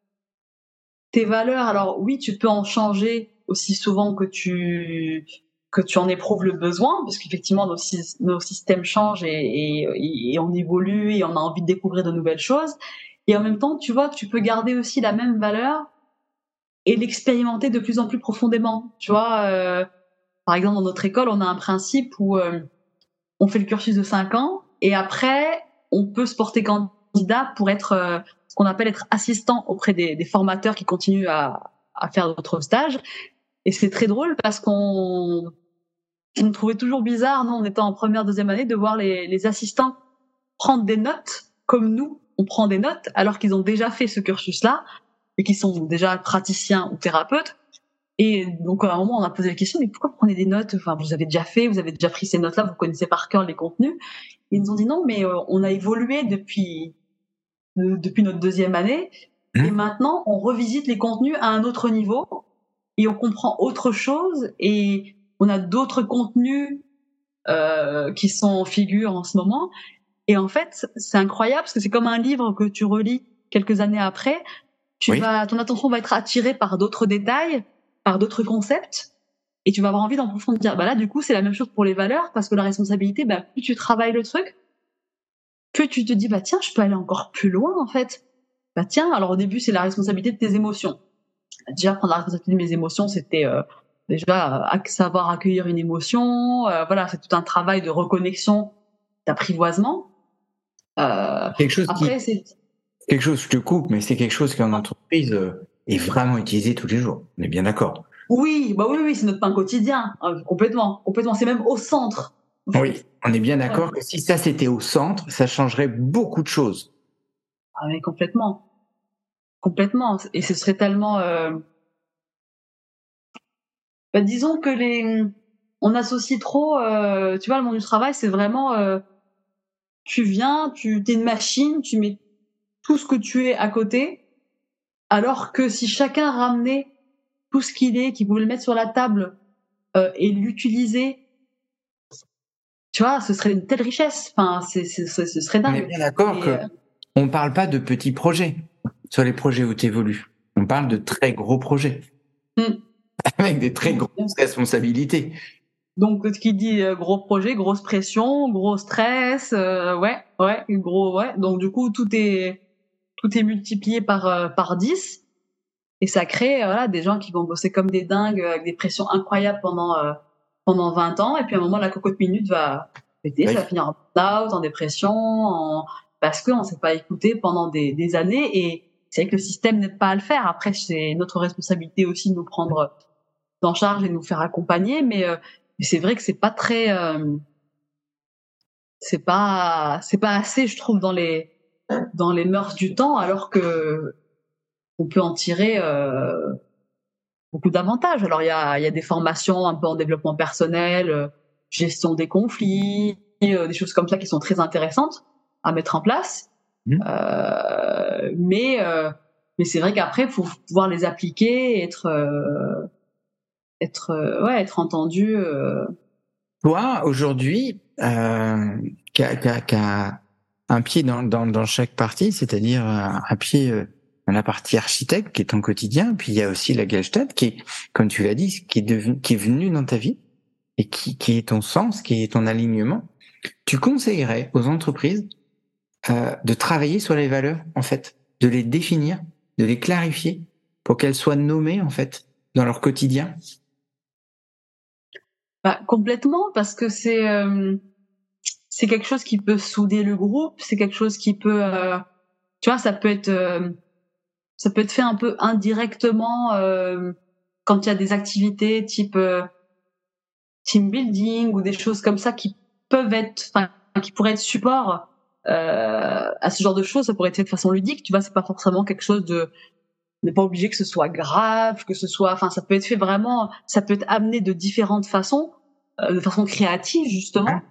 tes valeurs. Alors oui, tu peux en changer aussi souvent que tu que tu en éprouves le besoin, parce qu'effectivement nos, nos systèmes changent et, et, et on évolue et on a envie de découvrir de nouvelles choses. Et en même temps, tu vois que tu peux garder aussi la même valeur et l'expérimenter de plus en plus profondément. Tu vois, euh, par exemple dans notre école, on a un principe où euh, on fait le cursus de cinq ans et après on peut se porter candidat pour être euh, ce qu'on appelle être assistant auprès des, des formateurs qui continuent à, à faire d'autres stages. Et c'est très drôle parce qu'on on trouvait toujours bizarre, nous, on était en première, deuxième année, de voir les, les assistants prendre des notes comme nous, on prend des notes, alors qu'ils ont déjà fait ce cursus-là et qu'ils sont déjà praticiens ou thérapeutes. Et donc, à un moment, on a posé la question, mais pourquoi vous prenez des notes? Enfin, vous avez déjà fait, vous avez déjà pris ces notes-là, vous connaissez par cœur les contenus. Ils nous ont dit non, mais euh, on a évolué depuis, euh, depuis notre deuxième année. Mmh. Et maintenant, on revisite les contenus à un autre niveau et on comprend autre chose et on a d'autres contenus euh, qui sont en figure en ce moment. Et en fait, c'est incroyable parce que c'est comme un livre que tu relis quelques années après. Tu oui. vas, ton attention va être attirée par d'autres détails, par d'autres concepts, et tu vas avoir envie d'en approfondir. Bah là, du coup, c'est la même chose pour les valeurs, parce que la responsabilité, bah, plus tu travailles le truc, plus tu te dis, bah tiens, je peux aller encore plus loin, en fait. Bah tiens, alors au début, c'est la responsabilité de tes émotions. Déjà, prendre la responsabilité de mes émotions, c'était euh, déjà euh, savoir accueillir une émotion. Euh, voilà, c'est tout un travail de reconnexion, d'apprivoisement. Euh, quelque chose après, qui... c'est... Quelque chose, je te coupe, mais c'est quelque chose qui en entreprise euh, est vraiment utilisé tous les jours. On est bien d'accord. Oui, bah oui, oui, c'est notre pain quotidien, euh, complètement, complètement. C'est même au centre. Oui, on est bien d'accord ouais. que si ça c'était au centre, ça changerait beaucoup de choses. Ah mais complètement, complètement. Et ce serait tellement. Euh... Bah, disons que les, on associe trop. Euh... Tu vois, le monde du travail, c'est vraiment. Euh... Tu viens, tu t'es une machine, tu mets tout ce que tu es à côté, alors que si chacun ramenait tout ce qu'il est, qu'il pouvait le mettre sur la table euh, et l'utiliser. Tu vois, ce serait une telle richesse. Enfin, c'est, c'est, ce serait dingue. On est bien d'accord et, que euh... on ne parle pas de petits projets sur les projets où tu évolues. On parle de très gros projets mm. avec des très grosses responsabilités. Donc, ce qui dit euh, gros projet, grosse pression, gros stress, euh, ouais, ouais, gros, ouais. Donc, du coup, tout est tout est multiplié par euh, par dix et ça crée euh, voilà des gens qui vont bosser comme des dingues avec des pressions incroyables pendant euh, pendant vingt ans et puis à un moment la cocotte minute va péter, oui. Ça va finir en burn-out, en dépression, en... parce qu'on ne s'est pas écouté pendant des, des années et c'est vrai que le système n'aide pas à le faire. Après, c'est notre responsabilité aussi de nous prendre en charge et de nous faire accompagner, mais, euh, mais c'est vrai que c'est pas très, euh, c'est pas, c'est pas assez, je trouve, dans les dans les mœurs du temps, alors que on peut en tirer euh, beaucoup d'avantages. Alors il y a, il y a des formations un peu en développement personnel, euh, gestion des conflits, euh, des choses comme ça qui sont très intéressantes à mettre en place. Mmh. Euh, mais euh, mais c'est vrai qu'après il faut pouvoir les appliquer, et être euh, être euh, ouais être entendu. Euh... Toi aujourd'hui, euh, qu'a, qu'a, qu'a un pied dans, dans dans chaque partie, c'est-à-dire un, un pied euh, dans la partie architecte qui est ton quotidien, puis il y a aussi la Gestalt qui est, comme tu l'as dit, qui est devenu, qui est venu dans ta vie et qui qui est ton sens, qui est ton alignement. Tu conseillerais aux entreprises euh, de travailler sur les valeurs en fait, de les définir, de les clarifier pour qu'elles soient nommées en fait dans leur quotidien? Bah, complètement, parce que c'est euh, c'est quelque chose qui peut souder le groupe, c'est quelque chose qui peut, euh, tu vois, ça peut être euh, ça peut être fait un peu indirectement euh, quand il y a des activités type euh, team building ou des choses comme ça qui peuvent être, enfin, qui pourraient être support euh, à ce genre de choses. Ça pourrait être fait de façon ludique, tu vois, c'est pas forcément quelque chose de, n'est pas obligé que ce soit grave, que ce soit, enfin, ça peut être fait vraiment, ça peut être amené de différentes façons, euh, de façon créative justement.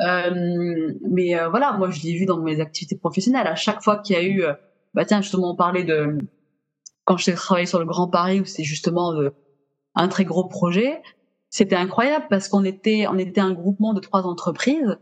Euh, mais euh, voilà, moi je l'ai vu dans mes activités professionnelles. À chaque fois qu'il y a eu, euh, bah tiens, justement, on parlait de quand j'ai travaillé sur le Grand Paris, où c'est justement de, un très gros projet. C'était incroyable parce qu'on était, on était un groupement de trois entreprises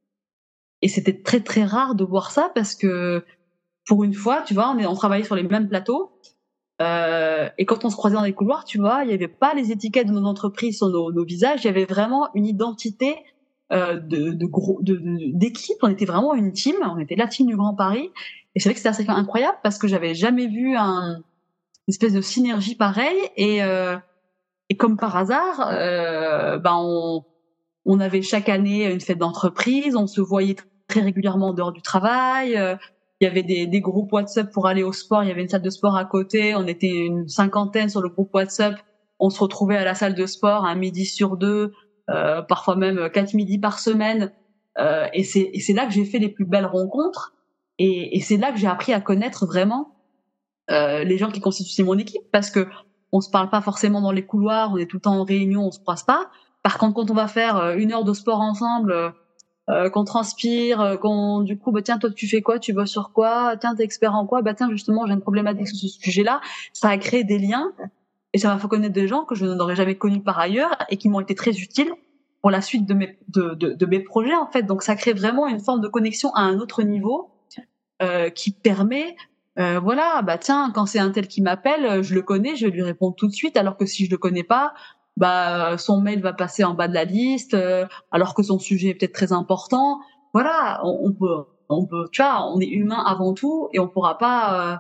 et c'était très très rare de voir ça parce que pour une fois, tu vois, on, est, on travaillait sur les mêmes plateaux euh, et quand on se croisait dans les couloirs, tu vois, il n'y avait pas les étiquettes de nos entreprises sur nos, nos visages, il y avait vraiment une identité euh, de, de, gros, de, de, d'équipe. On était vraiment une team, on était la team du Grand Paris et c'est vrai que c'était assez incroyable parce que j'avais jamais vu un, une espèce de synergie pareille et euh, Et comme par hasard, euh, ben on, on avait chaque année une fête d'entreprise, on se voyait très régulièrement en dehors du travail. Euh, il y avait des, des groupes WhatsApp pour aller au sport. Il y avait une salle de sport à côté. On était une cinquantaine sur le groupe WhatsApp. On se retrouvait à la salle de sport un midi sur deux, euh, parfois même quatre midis par semaine. Euh, et c'est, et c'est là que j'ai fait les plus belles rencontres. Et, et c'est là que j'ai appris à connaître vraiment euh, les gens qui constituent mon équipe, parce que on se parle pas forcément dans les couloirs, on est tout le temps en réunion, on se croise pas. Par contre, quand on va faire une heure de sport ensemble, euh, qu'on transpire, euh, qu'on du coup, bah tiens, toi tu fais quoi, tu bosses sur quoi, tiens, t'es expert en quoi, bah tiens, justement, j'ai une problématique sur ce sujet-là. Ça a créé des liens et ça m'a fait connaître des gens que je n'aurais jamais connus par ailleurs et qui m'ont été très utiles pour la suite de mes de, de, de mes projets en fait. Donc ça crée vraiment une forme de connexion à un autre niveau euh, qui permet euh, voilà, bah tiens, quand c'est un tel qui m'appelle, je le connais, je vais lui répondre tout de suite, alors que si je le connais pas, bah son mail va passer en bas de la liste, euh, alors que son sujet est peut-être très important. Voilà, on, on peut, on peut, tu vois, on est humain avant tout et on pourra pas. Euh,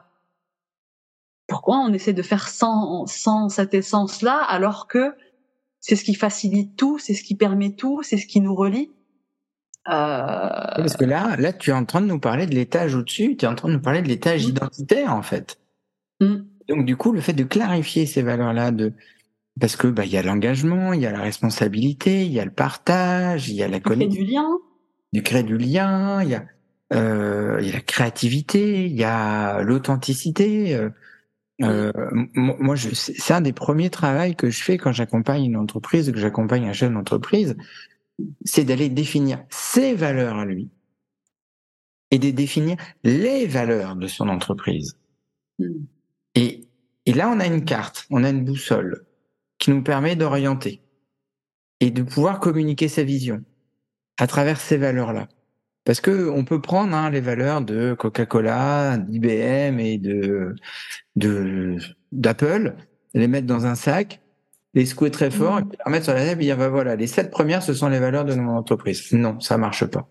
pourquoi on essaie de faire sans, sans cette essence-là, alors que c'est ce qui facilite tout, c'est ce qui permet tout, c'est ce qui nous relie. Euh... Parce que là, là, tu es en train de nous parler de l'étage au-dessus, tu es en train de nous parler de l'étage mmh. identitaire, en fait. Mmh. Donc, du coup, le fait de clarifier ces valeurs-là, de parce que bah, y a l'engagement, il y a la responsabilité, il y a le partage, il y a la connexion. Du lien. Du créer du lien, il y a, euh, il y a la créativité, il y a l'authenticité. Euh, euh, moi, je, c'est un des premiers travaux que je fais quand j'accompagne une entreprise, que j'accompagne un chef d'entreprise, c'est d'aller définir ses valeurs à lui et de définir les valeurs de son entreprise. Mm. Et, et là, on a une carte, on a une boussole qui nous permet d'orienter et de pouvoir communiquer sa vision à travers ces valeurs-là. Parce que on peut prendre hein, les valeurs de Coca-Cola, d'I B M et de, de d'Apple, les mettre dans un sac, les secouer très fort, mmh. et puis les remettre sur la table et dire bah voilà, les sept premières ce sont les valeurs de mon entreprise. Non, ça marche pas.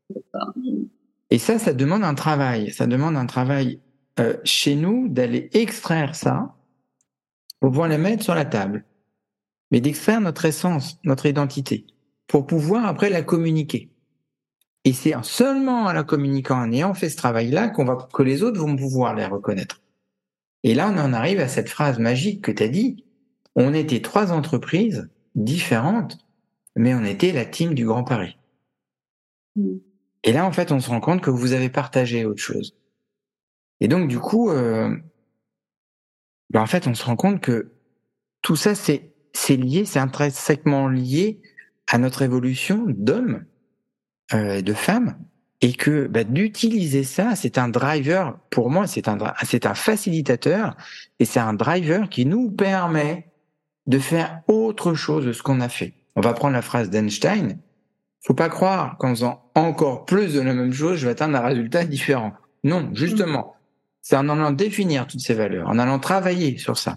Et ça, ça demande un travail. Ça demande un travail euh, chez nous d'aller extraire ça pour pouvoir les mettre sur la table, mais d'extraire notre essence, notre identité, pour pouvoir après la communiquer. Et c'est seulement en la communiquant, en ayant fait ce travail-là, qu'on va, que les autres vont pouvoir les reconnaître. Et là, on en arrive à cette phrase magique que tu as dit. On était trois entreprises différentes, mais on était la team du Grand Paris. Mmh. Et là, en fait, on se rend compte que vous avez partagé autre chose. Et donc, du coup, euh, ben, en fait, on se rend compte que tout ça, c'est, c'est lié, c'est intrinsèquement lié à notre évolution d'hommes, euh, de femmes, et que bah, d'utiliser ça, c'est un driver, pour moi, c'est un, c'est un facilitateur, et c'est un driver qui nous permet de faire autre chose de ce qu'on a fait. On va prendre la phrase d'Einstein, faut pas croire qu'en faisant encore plus de la même chose, je vais atteindre un résultat différent. Non, justement, c'est en allant définir toutes ces valeurs, en allant travailler sur ça.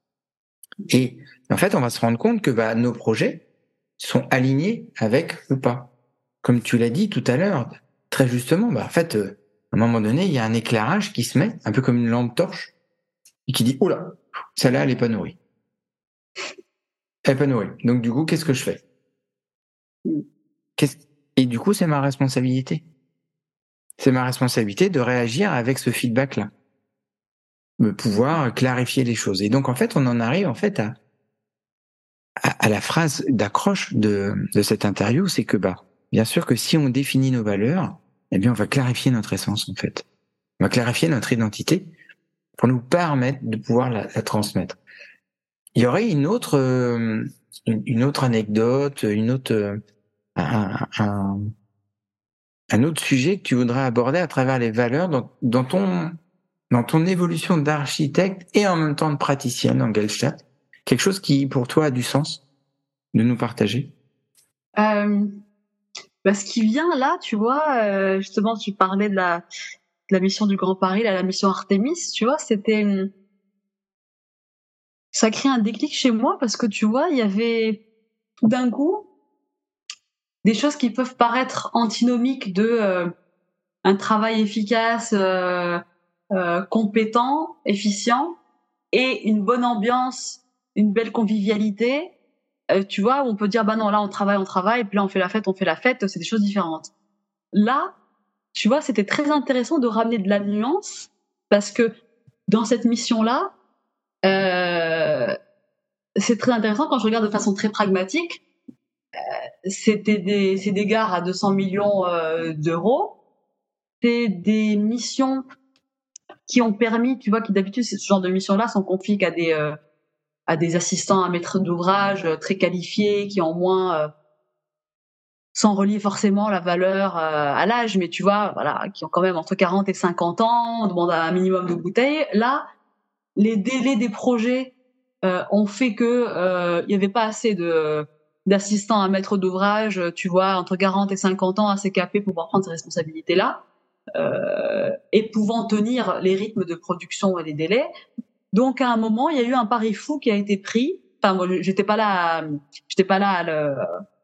Et en fait, on va se rendre compte que bah, nos projets sont alignés avec ou pas. Comme tu l'as dit tout à l'heure, très justement, bah, en fait, euh, à un moment donné, il y a un éclairage qui se met, un peu comme une lampe torche, et qui dit, oh là, celle-là, elle est pas nourrie. Épanoui. Donc du coup, qu'est-ce que je fais? Qu'est-ce... Et du coup, c'est ma responsabilité. C'est ma responsabilité de réagir avec ce feedback-là, de pouvoir clarifier les choses. Et donc en fait, on en arrive en fait à à, à la phrase d'accroche de, de cette interview, c'est que bah, bien sûr que si on définit nos valeurs, eh bien on va clarifier notre essence en fait. On va clarifier notre identité pour nous permettre de pouvoir la, la transmettre. Il y aurait une autre, euh, une, une autre anecdote, une autre, euh, un, un, un autre sujet que tu voudrais aborder à travers les valeurs dans, dans ton, dans ton évolution d'architecte et en même temps de praticienne en Gestalt. Quelque chose qui pour toi a du sens de nous partager. Euh, bah, ce qui vient là, tu vois, euh, justement, tu parlais de la, de la mission du Grand Paris, là, la mission Artemis, tu vois, c'était, ça crée un déclic chez moi parce que tu vois, il y avait tout d'un coup des choses qui peuvent paraître antinomiques de euh, un travail efficace, euh, euh, compétent, efficient et une bonne ambiance, une belle convivialité. Euh, tu vois, on peut dire bah non, là on travaille, on travaille, et puis là on fait la fête, on fait la fête, c'est des choses différentes. Là, tu vois, c'était très intéressant de ramener de la nuance parce que dans cette mission-là, euh, c'est très intéressant quand je regarde de façon très pragmatique. Euh, c'était des, c'est des gares à deux cents millions euh, d'euros. C'est des missions qui ont permis, tu vois, qui d'habitude, ce genre de missions-là sont confiées à des, euh, à des assistants à maître d'ouvrage euh, très qualifiés, qui ont moins, euh, sans relier forcément la valeur euh, à l'âge, mais tu vois, voilà, qui ont quand même entre quarante et cinquante ans, on demande un minimum de bouteilles. Là, les délais des projets euh, ont fait que euh, il y avait pas assez de d'assistants à maître d'ouvrage, tu vois, entre quarante et cinquante ans assez capés pour pouvoir prendre ces responsabilités-là, euh, et pouvant tenir les rythmes de production et les délais. Donc à un moment, il y a eu un pari fou qui a été pris. Enfin, moi, j'étais pas là, à, j'étais pas là à, le,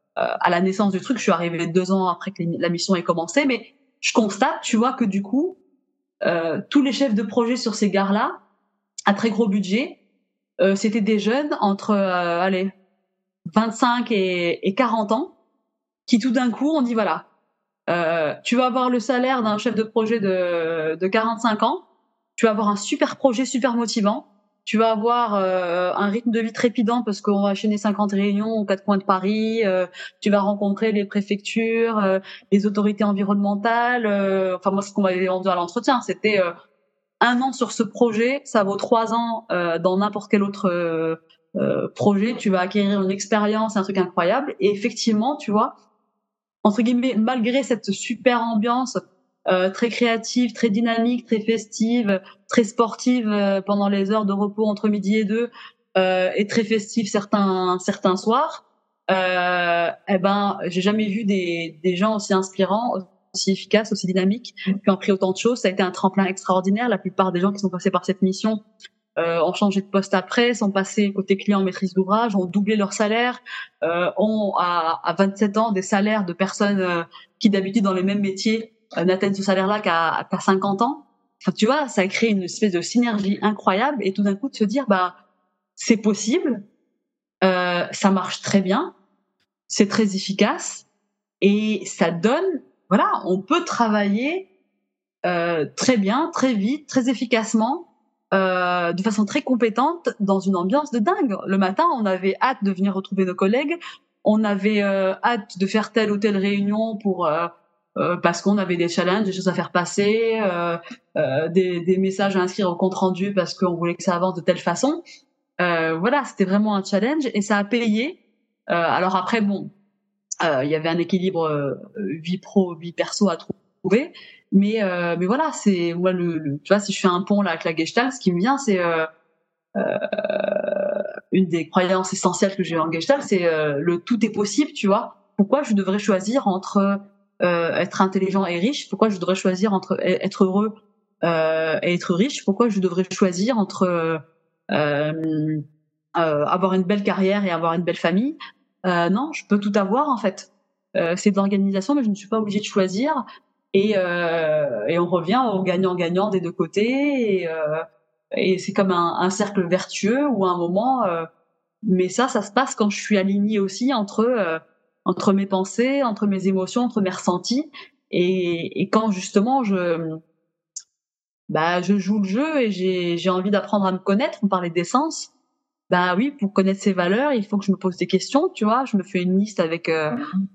à la naissance du truc. Je suis arrivée deux ans après que la mission ait commencé, mais je constate, tu vois, que du coup, euh, tous les chefs de projet sur ces gares-là, à très gros budget, euh, c'était des jeunes entre, euh, allez, vingt-cinq et, et quarante ans, qui tout d'un coup, on dit voilà, euh, tu vas avoir le salaire d'un chef de projet de, de quarante-cinq ans, tu vas avoir un super projet super motivant, tu vas avoir euh, un rythme de vie trépidant parce qu'on va enchaîner cinquante réunions aux quatre coins de Paris, euh, tu vas rencontrer les préfectures, euh, les autorités environnementales, euh, enfin moi ce qu'on m'avait vendu à l'entretien, c'était euh, un an sur ce projet, ça vaut trois ans euh, dans n'importe quel autre euh, euh, projet, tu vas acquérir une expérience, un truc incroyable, et effectivement, tu vois, entre guillemets, malgré cette super ambiance euh, très créative, très dynamique, très festive, très sportive euh, pendant les heures de repos entre midi et deux, euh, et très festive certains certains soirs, euh, eh ben, j'ai jamais vu des des gens aussi inspirants, aussi efficaces, aussi dynamiques, qui ont pris autant de choses. Ça a été un tremplin extraordinaire. La plupart des gens qui sont passés par cette mission euh, ont changé de poste après, sont passés côté client maîtrise d'ouvrage, ont doublé leur salaire, euh, ont à, à vingt-sept ans des salaires de personnes euh, qui d'habitude dans les mêmes métiers euh, n'atteignent ce salaire-là qu'à, qu'à cinquante ans. Enfin, tu vois, ça a créé une espèce de synergie incroyable et tout d'un coup de se dire bah c'est possible, euh, ça marche très bien, c'est très efficace et ça donne, voilà, on peut travailler euh, très bien, très vite, très efficacement, euh, de façon très compétente, dans une ambiance de dingue. Le matin, on avait hâte de venir retrouver nos collègues, on avait euh, hâte de faire telle ou telle réunion pour euh, euh, parce qu'on avait des challenges, des choses à faire passer, euh, euh, des, des messages à inscrire au compte rendu parce qu'on voulait que ça avance de telle façon. Euh, voilà, c'était vraiment un challenge et ça a payé. Euh, alors après, bon, euh, il y avait un équilibre euh, vie pro, vie perso à trouver. Mais, euh, mais voilà, c'est moi le, le, tu vois, si je fais un pont là avec la Gestalt, ce qui me vient, c'est euh, euh, une des croyances essentielles que j'ai en Gestalt, c'est euh, le tout est possible, tu vois. Pourquoi je devrais choisir entre euh, être intelligent et riche? Pourquoi je devrais choisir entre être heureux euh, et être riche? Pourquoi je devrais choisir entre euh, euh, avoir une belle carrière et avoir une belle famille? Euh, non, je peux tout avoir en fait. Euh, c'est de l'organisation, mais je ne suis pas obligée de choisir. Et, euh, et on revient au gagnant-gagnant des deux côtés. Et, euh, et c'est comme un, un cercle vertueux où à un moment, euh, mais ça, ça se passe quand je suis alignée aussi entre euh, entre mes pensées, entre mes émotions, entre mes ressentis, et, et quand justement je bah je joue le jeu et j'ai j'ai envie d'apprendre à me connaître. On parlait d'essence. Bah oui, pour connaître ses valeurs, il faut que je me pose des questions, tu vois. Je me fais une liste avec euh,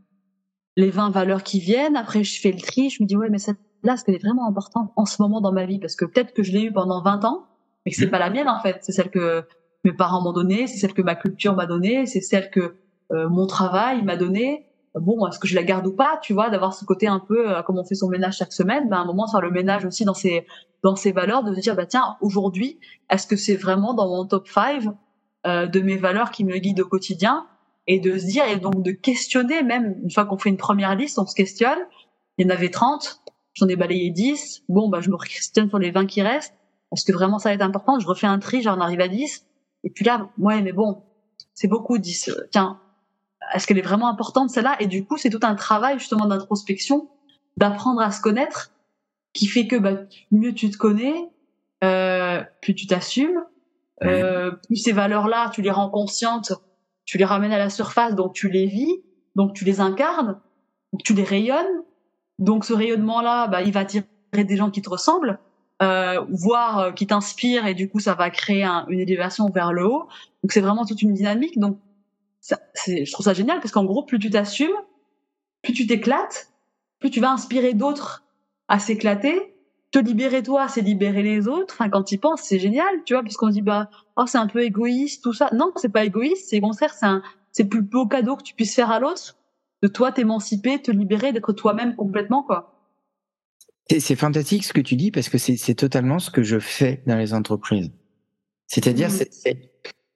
les vingt valeurs qui viennent. Après, je fais le tri. Je me dis ouais, mais celle-là, est-ce qu'elle est vraiment importante en ce moment dans ma vie? Parce que peut-être que je l'ai eu pendant vingt ans, mais que c'est pas la mienne en fait. C'est celle que mes parents m'ont donnée, c'est celle que ma culture m'a donnée, c'est celle que euh, mon travail m'a donnée. Bon, est-ce que je la garde ou pas, tu vois, d'avoir ce côté un peu euh, comme on fait son ménage chaque semaine, ben à un moment faire le ménage aussi dans ses dans ses valeurs, de se dire bah tiens, aujourd'hui, est-ce que c'est vraiment dans mon top cinq euh, de mes valeurs qui me guident au quotidien, et de se dire, et donc de questionner, même une fois qu'on fait une première liste, on se questionne. Il y en avait trente, j'en ai balayé dix. Bon, bah, je me questionne sur les vingt qui restent. Est-ce que vraiment ça va être important? Je refais un tri, j'en arrive à dix. Et puis là, ouais, mais bon, c'est beaucoup, dix. Tiens, est-ce qu'elle est vraiment importante, celle-là? Et du coup, c'est tout un travail, justement, d'introspection, d'apprendre à se connaître, qui fait que, bah, mieux tu te connais, euh, plus tu t'assumes, euh, plus ces valeurs-là, tu les rends conscientes, tu les ramènes à la surface, donc tu les vis, donc tu les incarnes, donc tu les rayonnes. Donc ce rayonnement-là, bah, il va attirer des gens qui te ressemblent, euh, voire euh, qui t'inspirent, et du coup ça va créer un, une élévation vers le haut. Donc c'est vraiment toute une dynamique. Donc ça, c'est, je trouve ça génial parce qu'en gros, plus tu t'assumes, plus tu t'éclates, plus tu vas inspirer d'autres à s'éclater. Te libérer toi, c'est libérer les autres. Enfin, quand tu y penses, c'est génial, tu vois, parce qu'on dit bah, oh, c'est un peu égoïste, tout ça. Non, c'est pas égoïste, c'est au contraire, c'est un, c'est le plus beau cadeau que tu puisses faire à l'autre, de toi t'émanciper, te libérer, d'être toi-même complètement, quoi. C'est, c'est fantastique ce que tu dis parce que c'est, c'est totalement ce que je fais dans les entreprises. C'est-à-dire, Mmh. c'est, c'est,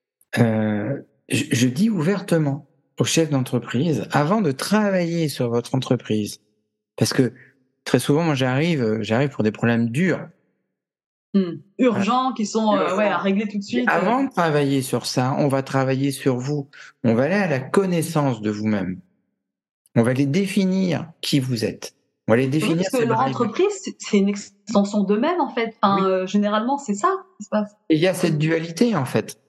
euh, je, je dis ouvertement aux chefs d'entreprise, avant de travailler sur votre entreprise, parce que très souvent, moi, j'arrive, j'arrive pour des problèmes durs. Mmh. Urgents, qui sont euh, ouais, à Urgents. régler tout de suite. Avant de travailler sur ça, on va travailler sur vous. On va aller à la connaissance de vous-même. On va les définir qui vous êtes. On va les Oui, définir parce que ces leur drivers. entreprise, c'est, c'est une extension d'eux-mêmes, en fait. Enfin, Oui. euh, généralement, c'est ça qui se passe. Et il y a cette dualité, en fait.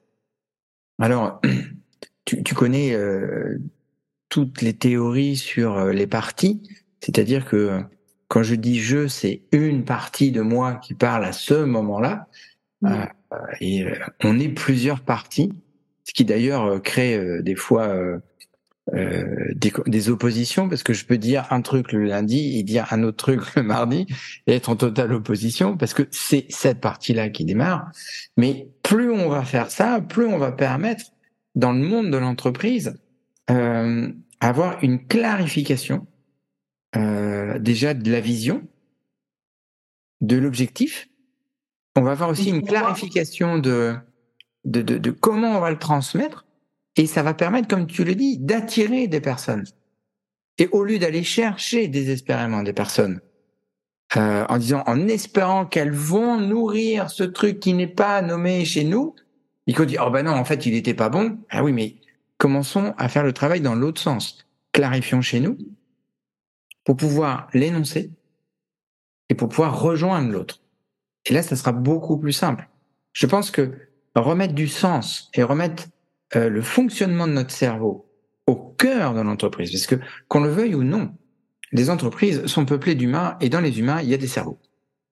Alors, tu, tu connais euh, toutes les théories sur euh, les parties, c'est-à-dire que euh, quand je dis je, c'est une partie de moi qui parle à ce moment-là, Mmh. euh, et euh, on est plusieurs parties, ce qui d'ailleurs euh, crée euh, des fois euh, euh, des, des oppositions, parce que je peux dire un truc le lundi et dire un autre truc le mardi et être en totale opposition, parce que c'est cette partie-là qui démarre. Mais plus on va faire ça, plus on va permettre dans le monde de l'entreprise euh, avoir une clarification euh, déjà de la vision, de l'objectif. On va avoir aussi une clarification de, de, de, de comment on va le transmettre, et ça va permettre, comme tu le dis, d'attirer des personnes. Et au lieu d'aller chercher désespérément des personnes, euh, en disant, en espérant qu'elles vont nourrir ce truc qui n'est pas nommé chez nous, il faut dire, oh ben non, en fait, il n'était pas bon. Ah oui, mais commençons à faire le travail dans l'autre sens. Clarifions chez nous pour pouvoir l'énoncer et pour pouvoir rejoindre l'autre. Et là, ça sera beaucoup plus simple. Je pense que remettre du sens et remettre euh, le fonctionnement de notre cerveau au cœur de l'entreprise, parce que qu'on le veuille ou non, les entreprises sont peuplées d'humains et dans les humains, il y a des cerveaux.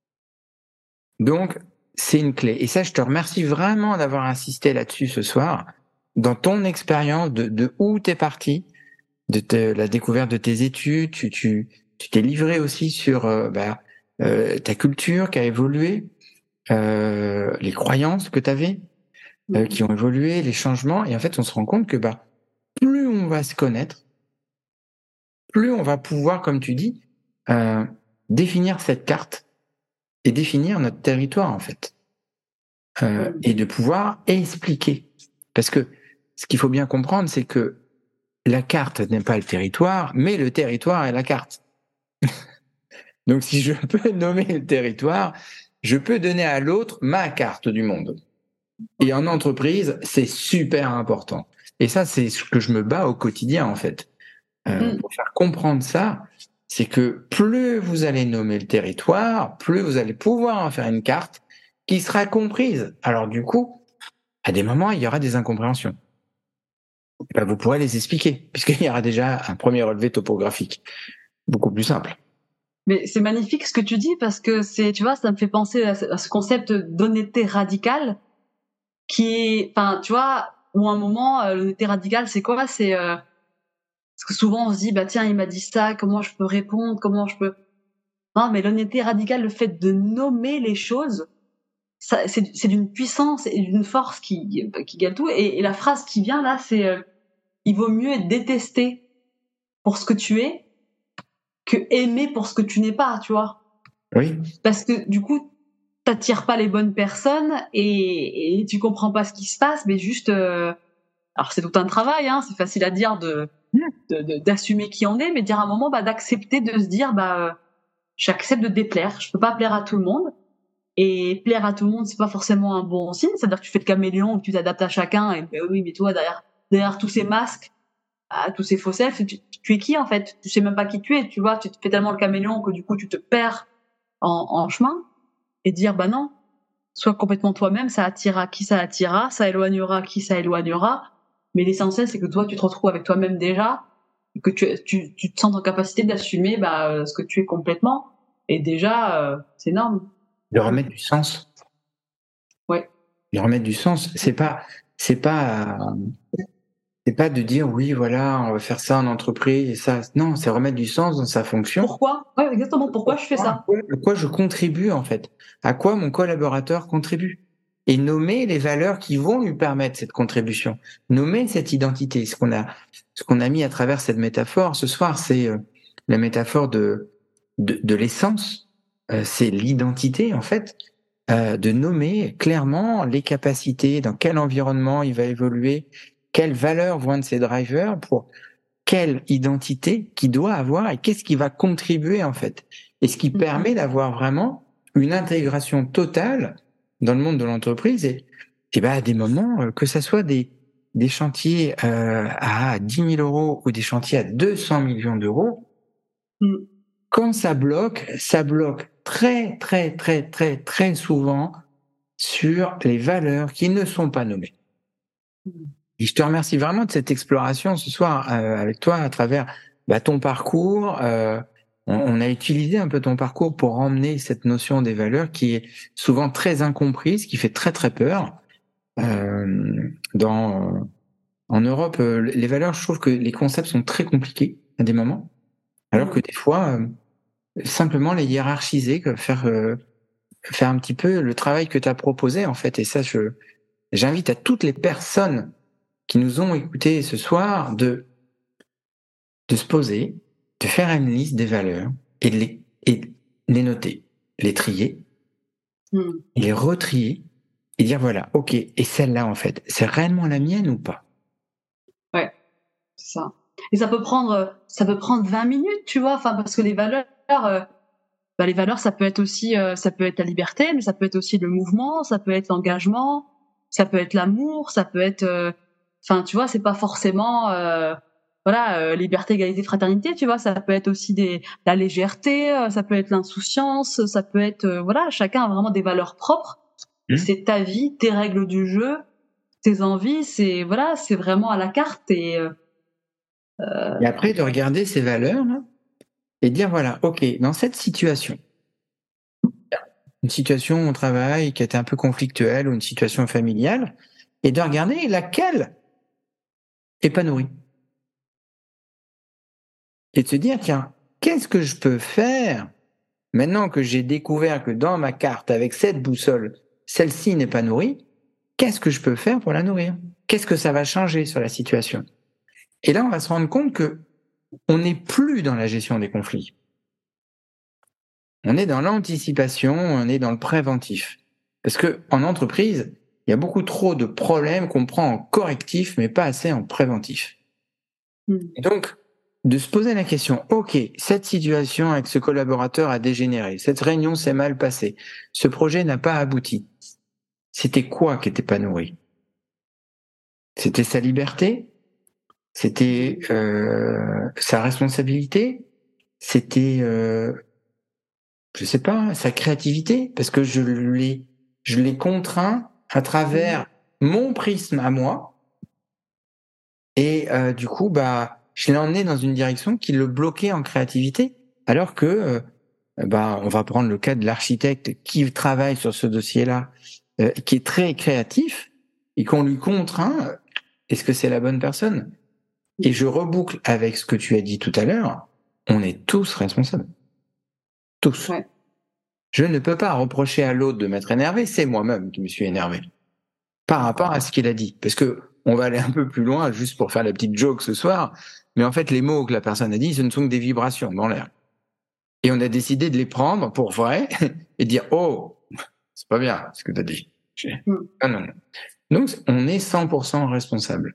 Donc, c'est une clé. Et ça, je te remercie vraiment d'avoir insisté là-dessus ce soir, dans ton expérience de, de où t'es parti, de te, la découverte de tes études, tu, tu, tu t'es livré aussi sur euh, bah, euh, ta culture qui a évolué, euh, les croyances que tu avais, euh, qui ont évolué, les changements. Et en fait, on se rend compte que bah, plus on va se connaître, plus on va pouvoir, comme tu dis, euh, définir cette carte et définir notre territoire, en fait. Euh, et de pouvoir expliquer. Parce que ce qu'il faut bien comprendre, c'est que la carte n'est pas le territoire, mais le territoire est la carte. Donc si je peux nommer le territoire, je peux donner à l'autre ma carte du monde. Et en entreprise, c'est super important. Et ça, c'est ce que je me bats au quotidien, en fait. Euh, Mmh. pour faire comprendre ça, c'est que plus vous allez nommer le territoire, plus vous allez pouvoir en faire une carte qui sera comprise. Alors du coup, à des moments, il y aura des incompréhensions. ben, vous pourrez les expliquer, puisqu'il y aura déjà un premier relevé topographique, beaucoup plus simple. Mais c'est magnifique ce que tu dis, parce que c'est, tu vois, ça me fait penser à ce, à ce concept d'honnêteté radicale, qui est, enfin, tu vois, où à un moment, euh, l'honnêteté radicale, c'est quoi? C'est euh, parce que souvent on se dit, bah tiens, il m'a dit ça, comment je peux répondre, comment je peux. Non, mais l'honnêteté radicale, le fait de nommer les choses, ça, c'est, c'est d'une puissance et d'une force qui, qui gale tout. Et, et la phrase qui vient là, c'est euh, il vaut mieux être détesté pour ce que tu es que aimer pour ce que tu n'es pas, tu vois. Oui. Parce que du coup, t'attires pas les bonnes personnes et, et tu comprends pas ce qui se passe, mais juste. Euh, alors c'est tout un travail, hein, c'est facile à dire de, de, de d'assumer qui on est, mais dire à un moment, bah, d'accepter de se dire, bah, euh, j'accepte de déplaire, je peux pas plaire à tout le monde. Et plaire à tout le monde, c'est pas forcément un bon signe. C'est-à-dire que tu fais le caméléon, que tu t'adaptes à chacun. Et ben oui, mais toi, derrière, derrière tous ces masques, à tous ces faux selfs, tu, tu es qui en fait? Tu sais même pas qui tu es. Tu vois, tu te fais tellement le caméléon que du coup, tu te perds en, en chemin. Et dire, bah non, sois complètement toi-même. Ça attirera qui ça attirera, ça éloignera qui ça éloignera. Mais l'essentiel, c'est que toi, tu te retrouves avec toi-même déjà, et que tu, tu, tu te sens en capacité d'assumer bah, ce que tu es complètement. Et déjà, euh, c'est énorme. De remettre du sens. Ouais. De remettre du sens. C'est pas, c'est pas, euh, c'est pas de dire oui, voilà, on va faire ça en entreprise et ça. Non, c'est remettre du sens dans sa fonction. Pourquoi? Ouais, exactement. Pourquoi je fais ça? À quoi je contribue en fait? À quoi mon collaborateur contribue? Et nommer les valeurs qui vont lui permettre cette contribution. Nommer cette identité. Ce qu'on a, ce qu'on a mis à travers cette métaphore ce soir, c'est euh, la métaphore de de, de l'essence. Euh, c'est l'identité en fait. Euh, de nommer clairement les capacités, dans quel environnement il va évoluer, quelles valeurs vont être ses drivers pour quelle identité qu'il doit avoir et qu'est-ce qui va contribuer en fait. Et ce qui permet d'avoir vraiment une intégration totale dans le monde de l'entreprise et, et ben à des moments, euh, que ça soit des, des chantiers euh, à dix mille euros ou des chantiers à deux cents millions d'euros, Mm. quand ça bloque, ça bloque très très très très très souvent sur les valeurs qui ne sont pas nommées. Et je te remercie vraiment de cette exploration ce soir euh, avec toi à travers bah, ton parcours. Euh, on, on a utilisé un peu ton parcours pour emmener cette notion des valeurs qui est souvent très incomprise, qui fait très très peur. Euh, dans, euh, en Europe, euh, les valeurs, je trouve que les concepts sont très compliqués à des moments, alors que des fois, euh, simplement les hiérarchiser, que faire euh, faire un petit peu le travail que tu as proposé en fait. Et ça, je j'invite à toutes les personnes qui nous ont écoutés ce soir de, de se poser, de faire une liste des valeurs et de les, et de les noter, les trier, Mm. et les retrier et dire voilà, ok, et celle-là en fait, c'est réellement la mienne ou pas? Ouais, c'est ça. Et ça peut prendre, ça peut prendre vingt minutes, tu vois, enfin, parce que les valeurs, euh, bah, les valeurs, ça peut être aussi, euh, ça peut être la liberté, mais ça peut être aussi le mouvement, ça peut être l'engagement, ça peut être l'amour, ça peut être, euh, enfin, tu vois, c'est pas forcément, euh, voilà, euh, liberté, égalité, fraternité, tu vois, ça peut être aussi des, la légèreté, euh, ça peut être l'insouciance, ça peut être, euh, voilà, chacun a vraiment des valeurs propres. Et Hum c'est ta vie, tes règles du jeu, tes envies, c'est, voilà, c'est vraiment à la carte et, euh, et après, de regarder ces valeurs là, et dire voilà, ok, dans cette situation, une situation au travail qui a été un peu conflictuelle ou une situation familiale, et de regarder laquelle est pas nourrie. Et de se dire, tiens, qu'est-ce que je peux faire maintenant que j'ai découvert que dans ma carte, avec cette boussole, celle-ci n'est pas nourrie, qu'est-ce que je peux faire pour la nourrir? Qu'est-ce que ça va changer sur la situation? Et là, on va se rendre compte que on n'est plus dans la gestion des conflits. On est dans l'anticipation, on est dans le préventif. Parce que en entreprise, il y a beaucoup trop de problèmes qu'on prend en correctif, mais pas assez en préventif. mm. Et donc, de se poser la question, ok, cette situation avec ce collaborateur a dégénéré, cette réunion s'est mal passée, ce projet n'a pas abouti. C'était quoi qui n'était pas nourri? C'était sa liberté? C'était euh, sa responsabilité? C'était, euh, je sais pas, sa créativité? Parce que je l'ai, je l'ai contraint à travers mon prisme à moi, Et euh, du coup, bah, je l'ai emmené dans une direction qui le bloquait en créativité, alors que, euh, bah, on va prendre le cas de l'architecte qui travaille sur ce dossier-là, euh, qui est très créatif, et qu'on lui contraint, est-ce que c'est la bonne personne? Et je reboucle avec ce que tu as dit tout à l'heure, on est tous responsables. Tous. Ouais. Je ne peux pas reprocher à l'autre de m'être énervé, c'est moi-même qui me suis énervé par rapport à ce qu'il a dit. Parce que on va aller un peu plus loin, juste pour faire la petite joke ce soir, mais en fait, les mots que la personne a dit, ce ne sont que des vibrations dans l'air. Et on a décidé de les prendre pour vrai et dire « Oh, c'est pas bien ce que tu as dit. » Mm. Ah non, non. Donc, on est cent pour cent responsable.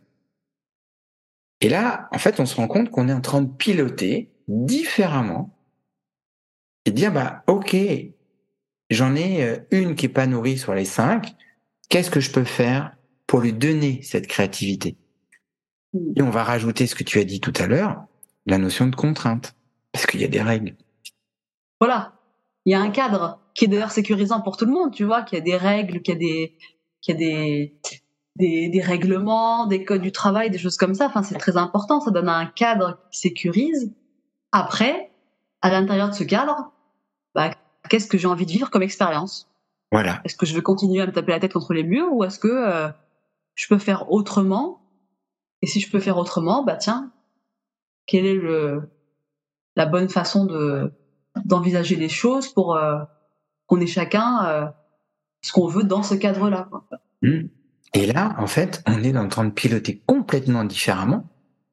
Et là, en fait, on se rend compte qu'on est en train de piloter différemment et de dire, bah, ok, j'en ai une qui est pas nourrie sur les cinq, qu'est-ce que je peux faire pour lui donner cette créativité? Et on va rajouter ce que tu as dit tout à l'heure, la notion de contrainte, parce qu'il y a des règles. Voilà, il y a un cadre qui est d'ailleurs sécurisant pour tout le monde, tu vois, qu'il y a des règles, qu'il y a des, qu'il y a des, des, des règlements, des codes du travail, des choses comme ça. Enfin, c'est très important, ça donne un cadre qui sécurise. Après, à l'intérieur de ce cadre, bah, qu'est-ce que j'ai envie de vivre comme expérience? Voilà. Est-ce que je veux continuer à me taper la tête contre les murs ou est-ce que euh, je peux faire autrement? Et si je peux faire autrement, bah tiens, quelle est le, la bonne façon de d'envisager les choses pour euh, qu'on ait chacun euh, ce qu'on veut dans ce cadre-là, quoi. Mmh. Et là, en fait, on est en train de piloter complètement différemment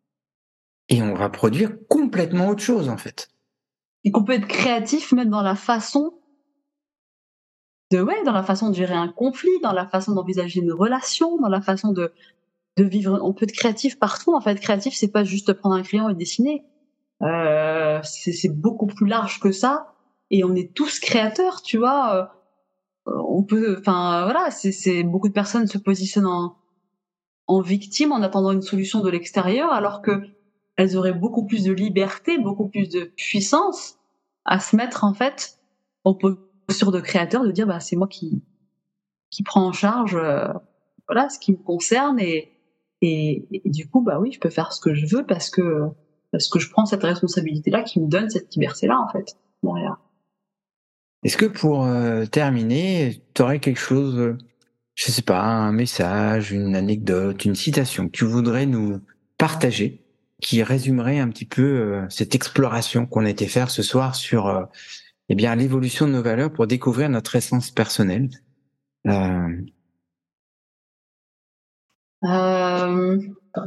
et on va produire complètement autre chose, en fait. Et qu'on peut être créatif même dans la façon de, ouais, dans la façon de gérer un conflit, dans la façon d'envisager une relation, dans la façon de, de vivre. On peut être créatif partout. En fait, créatif, c'est pas juste prendre un crayon et dessiner. Euh, c'est, c'est beaucoup plus large que ça. Et on est tous créateurs, tu vois. Euh, on peut, enfin, voilà, c'est, c'est beaucoup de personnes se positionnent en, en victime en attendant une solution de l'extérieur, alors que elles auraient beaucoup plus de liberté, beaucoup plus de puissance à se mettre en fait en posture de créateur, de dire bah c'est moi qui qui prend en charge euh, voilà ce qui me concerne et, et et du coup bah oui je peux faire ce que je veux parce que parce que je prends cette responsabilité là qui me donne cette liberté là en fait derrière. Est-ce que pour euh, terminer, tu aurais quelque chose, euh, je sais pas, un message, une anecdote, une citation que tu voudrais nous partager, qui résumerait un petit peu euh, cette exploration qu'on a été faire ce soir sur euh, eh bien l'évolution de nos valeurs pour découvrir notre essence personnelle. Euh... Euh,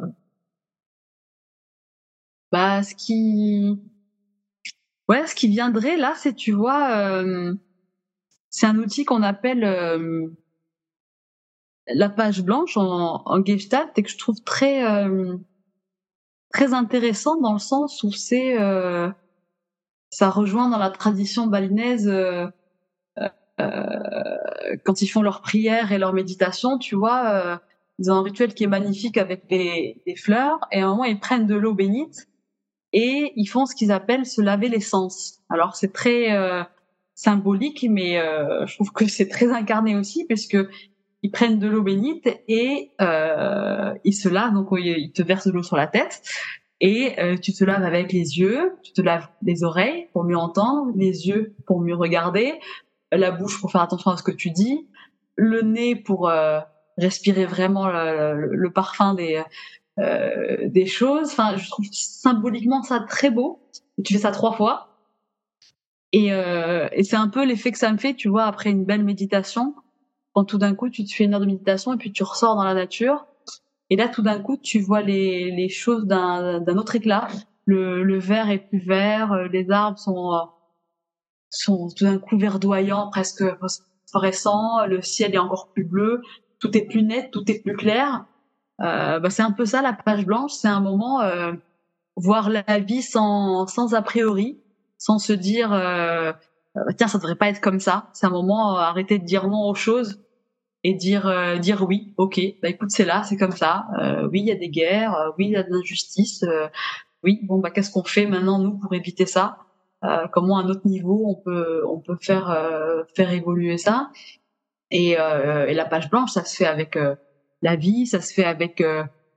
bah ce qui ouais ce qui viendrait là c'est tu vois euh, c'est un outil qu'on appelle euh, la page blanche en, en Gestalt et que je trouve très euh, très intéressant dans le sens où c'est euh, ça rejoint dans la tradition balinaise euh, euh, quand ils font leurs prières et leurs méditations, tu vois, euh, ils ont un rituel qui est magnifique avec des, des fleurs et à un moment ils prennent de l'eau bénite et ils font ce qu'ils appellent se laver les sens. Alors c'est très euh, symbolique, mais euh, je trouve que c'est très incarné aussi puisque ils prennent de l'eau bénite et euh, ils se lavent, donc ils te versent de l'eau sur la tête et euh, tu te laves avec les yeux, tu te laves les oreilles pour mieux entendre, les yeux pour mieux regarder, la bouche pour faire attention à ce que tu dis, le nez pour euh, respirer vraiment le, le, le parfum des euh, des choses. Enfin, je trouve symboliquement ça très beau. Tu fais ça trois fois et, euh, et c'est un peu l'effet que ça me fait, tu vois, après une belle méditation. Quand tout d'un coup, tu te fais une heure de méditation et puis tu ressors dans la nature. Et là, tout d'un coup, tu vois les, les choses d'un, d'un autre éclat. Le, le vert est plus vert, les arbres sont, sont tout d'un coup verdoyants, presque phosphorescents, le ciel est encore plus bleu, tout est plus net, tout est plus clair. Euh, bah, c'est un peu ça, la page blanche. C'est un moment, euh, voir la vie sans, sans a priori, sans se dire, euh, tiens, ça devrait pas être comme ça. C'est un moment, euh, arrêter de dire non aux choses et dire euh, dire oui, ok, bah écoute c'est là, c'est comme ça. Euh, oui il y a des guerres, euh, oui il y a de l'injustice, euh, oui bon bah qu'est-ce qu'on fait maintenant nous pour éviter ça, euh, comment à notre niveau on peut on peut faire euh, faire évoluer ça et, euh, et la page blanche ça se fait avec euh, la vie, ça se fait avec euh,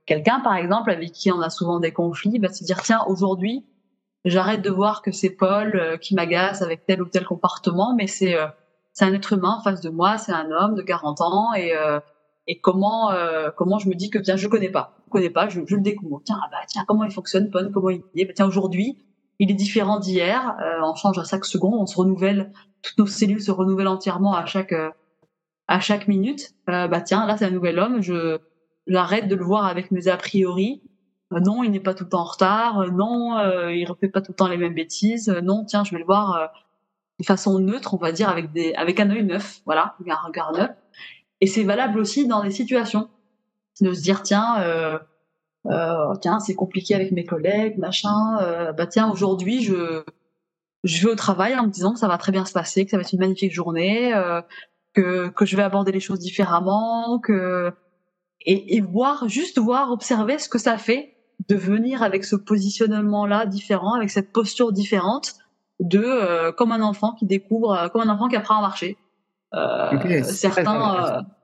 quelqu'un, par exemple, avec qui on a souvent des conflits, va se dire tiens, aujourd'hui, j'arrête de voir que c'est Paul euh, qui m'agace avec tel ou tel comportement, mais c'est euh, c'est un être humain en face de moi, c'est un homme de quarante ans et euh, et comment euh, comment je me dis que tiens, je connais pas, je connais pas, je, je le découvre. Tiens, ah bah tiens, comment il fonctionne, Paul, comment il est. Bah, tiens, aujourd'hui, il est différent d'hier. Euh, on change à chaque seconde, on se renouvelle, toutes nos cellules se renouvellent entièrement à chaque euh, à chaque minute. Euh, bah tiens, là c'est un nouvel homme, je j'arrête de le voir avec mes a priori. Euh, non, il n'est pas tout le temps en retard. Euh, non, euh, il refait pas tout le temps les mêmes bêtises. Euh, non, tiens, je vais le voir euh, de façon neutre, on va dire, avec des avec un œil neuf, voilà, un regard neuf. Et c'est valable aussi dans les situations, de se dire tiens, euh, euh, tiens, c'est compliqué avec mes collègues, machin. Euh, bah tiens, aujourd'hui, je je vais au travail en me disant que ça va très bien se passer, que ça va être une magnifique journée, euh, que que je vais aborder les choses différemment, que et, et voir, juste voir, observer ce que ça fait de venir avec ce positionnement-là différent, avec cette posture différente, de euh, comme un enfant qui découvre, euh, comme un enfant qui apprend à marcher. Euh, Ok, c'est très certains, euh, intéressant.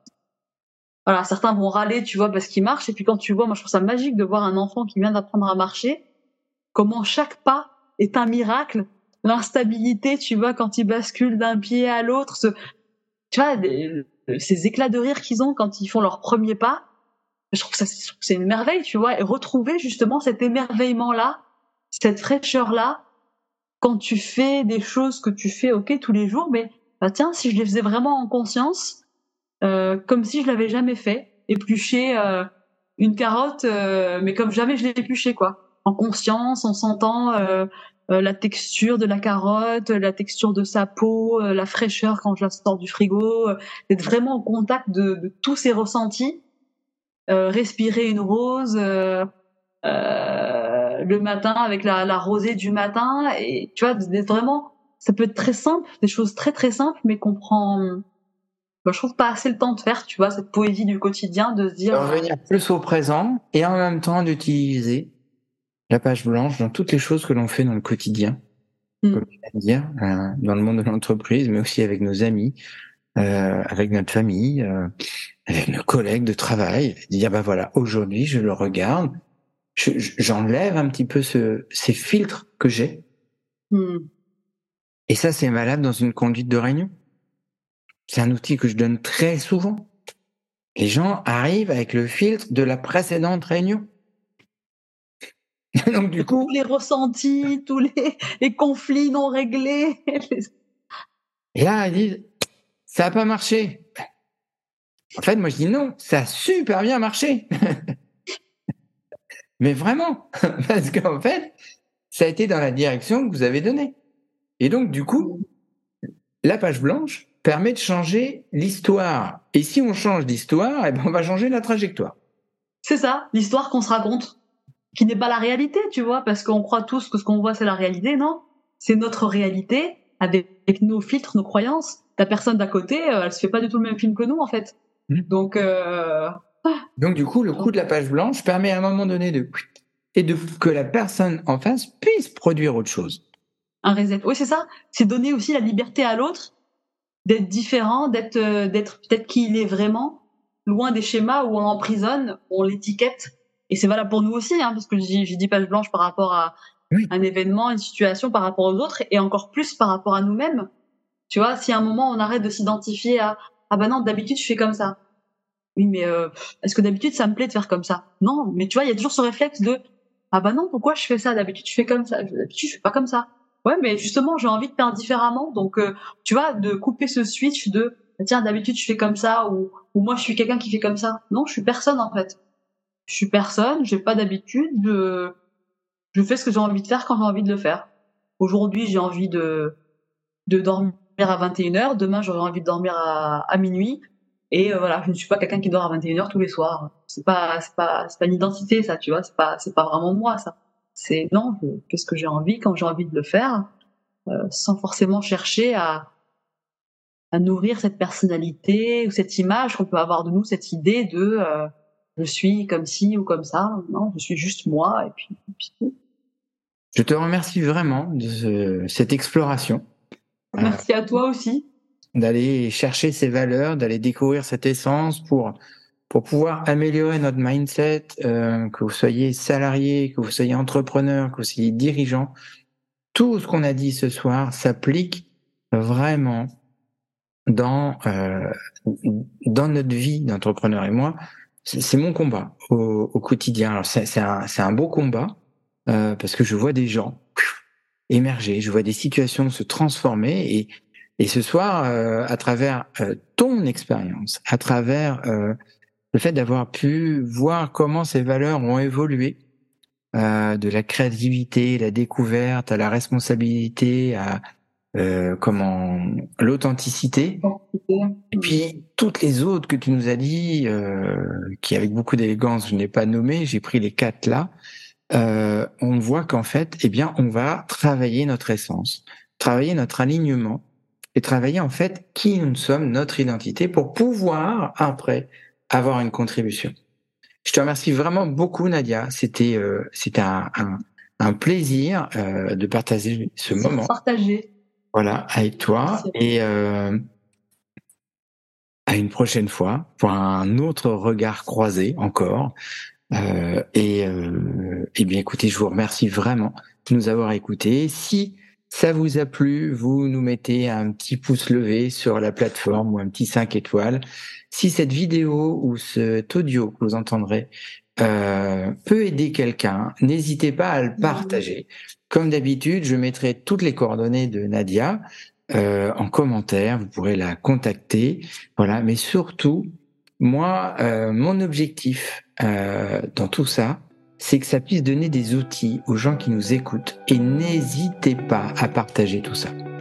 voilà, certains vont râler, tu vois, parce qu'ils marchent, et puis quand tu vois, moi je trouve ça magique de voir un enfant qui vient d'apprendre à marcher, comment chaque pas est un miracle, l'instabilité, tu vois, quand il bascule d'un pied à l'autre, ce, tu vois, des- ces éclats de rire qu'ils ont quand ils font leur premier pas. Je trouve que ça, c'est une merveille, tu vois, et retrouver justement cet émerveillement-là, cette fraîcheur-là, quand tu fais des choses que tu fais, ok, tous les jours, mais bah tiens, si je les faisais vraiment en conscience, euh, comme si je l'avais jamais fait, éplucher euh, une carotte, euh, mais comme jamais je l'ai épluchée, quoi, en conscience, en sentant euh, euh, la texture de la carotte, la texture de sa peau, euh, la fraîcheur quand je la sors du frigo, euh, d'être vraiment au contact de, de tous ces ressentis. Euh, respirer une rose euh, euh, le matin avec la, la rosée du matin, et tu vois, d'être vraiment, ça peut être très simple, des choses très très simples, mais qu'on prend, bah, je trouve pas assez le temps de faire, tu vois, cette poésie du quotidien, de se De dire euh, revenir plus au présent et en même temps d'utiliser la page blanche dans toutes les choses que l'on fait dans le quotidien, comme hmm, tu viens de dire, euh, dans le monde de l'entreprise, mais aussi avec nos amis, euh, avec notre famille, euh, avec nos collègues de travail, de dire bah voilà, aujourd'hui je le regarde, je- je- j'enlève un petit peu ce, ces filtres que j'ai, hmm, et ça c'est valable dans une conduite de réunion. C'est un outil que je donne très souvent. Les gens arrivent avec le filtre de la précédente réunion. Donc du tous coup, les ressentis, tous les, les conflits non réglés. et là ils disent ça a pas marché. En fait, moi je dis non, ça a super bien marché. Mais vraiment, parce qu'en fait, ça a été dans la direction que vous avez donnée. Et donc du coup, la page blanche permet de changer l'histoire. Et si on change l'histoire, eh ben on va changer la trajectoire. C'est ça, l'histoire qu'on se raconte, qui n'est pas la réalité, tu vois, parce qu'on croit tous que ce qu'on voit c'est la réalité, non, c'est notre réalité avec nos filtres, nos croyances. La personne d'à côté, euh, elle se fait pas du tout le même film que nous en fait. Donc euh, Donc du coup, le coup de la page blanche permet à un moment donné de et de que la personne en face puisse produire autre chose. un reset. Oui, c'est ça. C'est donner aussi la liberté à l'autre d'être différent, d'être, euh, d'être peut-être qui il est vraiment, loin des schémas où on l'emprisonne, où on l'étiquette. Et c'est valable pour nous aussi, hein, parce que j'ai, j'ai dit page blanche par rapport à Oui. un événement, une situation, par rapport aux autres, et encore plus par rapport à nous-mêmes. Tu vois, si à un moment on arrête de s'identifier à ah bah non, d'habitude je fais comme ça. Oui, mais euh, est-ce que d'habitude ça me plaît de faire comme ça? Non, mais tu vois, il y a toujours ce réflexe de ah bah non, pourquoi je fais ça? D'habitude je fais comme ça, d'habitude je fais pas comme ça. Ouais, mais justement j'ai envie de faire différemment, donc euh, tu vois, de couper ce switch de tiens, d'habitude je fais comme ça, ou ou moi je suis quelqu'un qui fait comme ça. Non, je suis personne en fait. Je suis personne, j'ai pas d'habitude, je je fais ce que j'ai envie de faire quand j'ai envie de le faire. Aujourd'hui j'ai envie de de dormir à vingt et une heures, demain j'aurai envie de dormir à, à minuit. Et euh, voilà, je ne suis pas quelqu'un qui dort à vingt et une heures tous les soirs. C'est pas, c'est pas, c'est pas une identité, ça, tu vois. C'est pas, c'est pas vraiment moi, ça. C'est non, je fais ce que j'ai envie quand j'ai envie de le faire, euh, sans forcément chercher à, à nourrir cette personnalité ou cette image qu'on peut avoir de nous, cette idée de euh, je suis comme ci ou comme ça. Non, je suis juste moi et puis, et puis tout. Je te remercie vraiment de ce, cette exploration, euh, Merci à toi aussi. d'aller chercher ces valeurs, d'aller découvrir cette essence pour pour pouvoir améliorer notre mindset, euh, que vous soyez salarié, que vous soyez entrepreneur, que vous soyez dirigeant, tout ce qu'on a dit ce soir s'applique vraiment dans euh, dans notre vie d'entrepreneur. Et moi, c'est, c'est mon combat au, au quotidien. Alors c'est, c'est un c'est un beau combat euh, parce que je vois des gens émerger, je vois des situations se transformer et et ce soir, euh, à travers euh, ton expérience, à travers euh, le fait d'avoir pu voir comment ces valeurs ont évolué, euh, de la créativité, la découverte, à la responsabilité, à euh, comment l'authenticité, et puis toutes les autres que tu nous as dit, euh, qui avec beaucoup d'élégance je n'ai pas nommé, j'ai pris les quatre là. Euh, on voit qu'en fait, eh bien, on va travailler notre essence, travailler notre alignement et travailler en fait qui nous sommes, notre identité, pour pouvoir après avoir une contribution. Je te remercie vraiment beaucoup, Nadia. C'était euh, c'était un, un, un plaisir euh, de partager ce C'est moment. partagé. Voilà, avec toi. Merci. Et euh, à une prochaine fois pour un autre regard croisé encore. Euh, et, euh, et bien écoutez, je vous remercie vraiment de nous avoir écoutés. Si ça vous a plu, vous nous mettez un petit pouce levé sur la plateforme ou un petit cinq étoiles. Si cette vidéo ou cet audio que vous entendrez euh, peut aider quelqu'un, n'hésitez pas à le partager. Comme d'habitude, je mettrai toutes les coordonnées de Nadia euh, en commentaire. Vous pourrez la contacter. Voilà, mais surtout, moi, euh, mon objectif euh, dans tout ça, c'est que ça puisse donner des outils aux gens qui nous écoutent. Et n'hésitez pas à partager tout ça.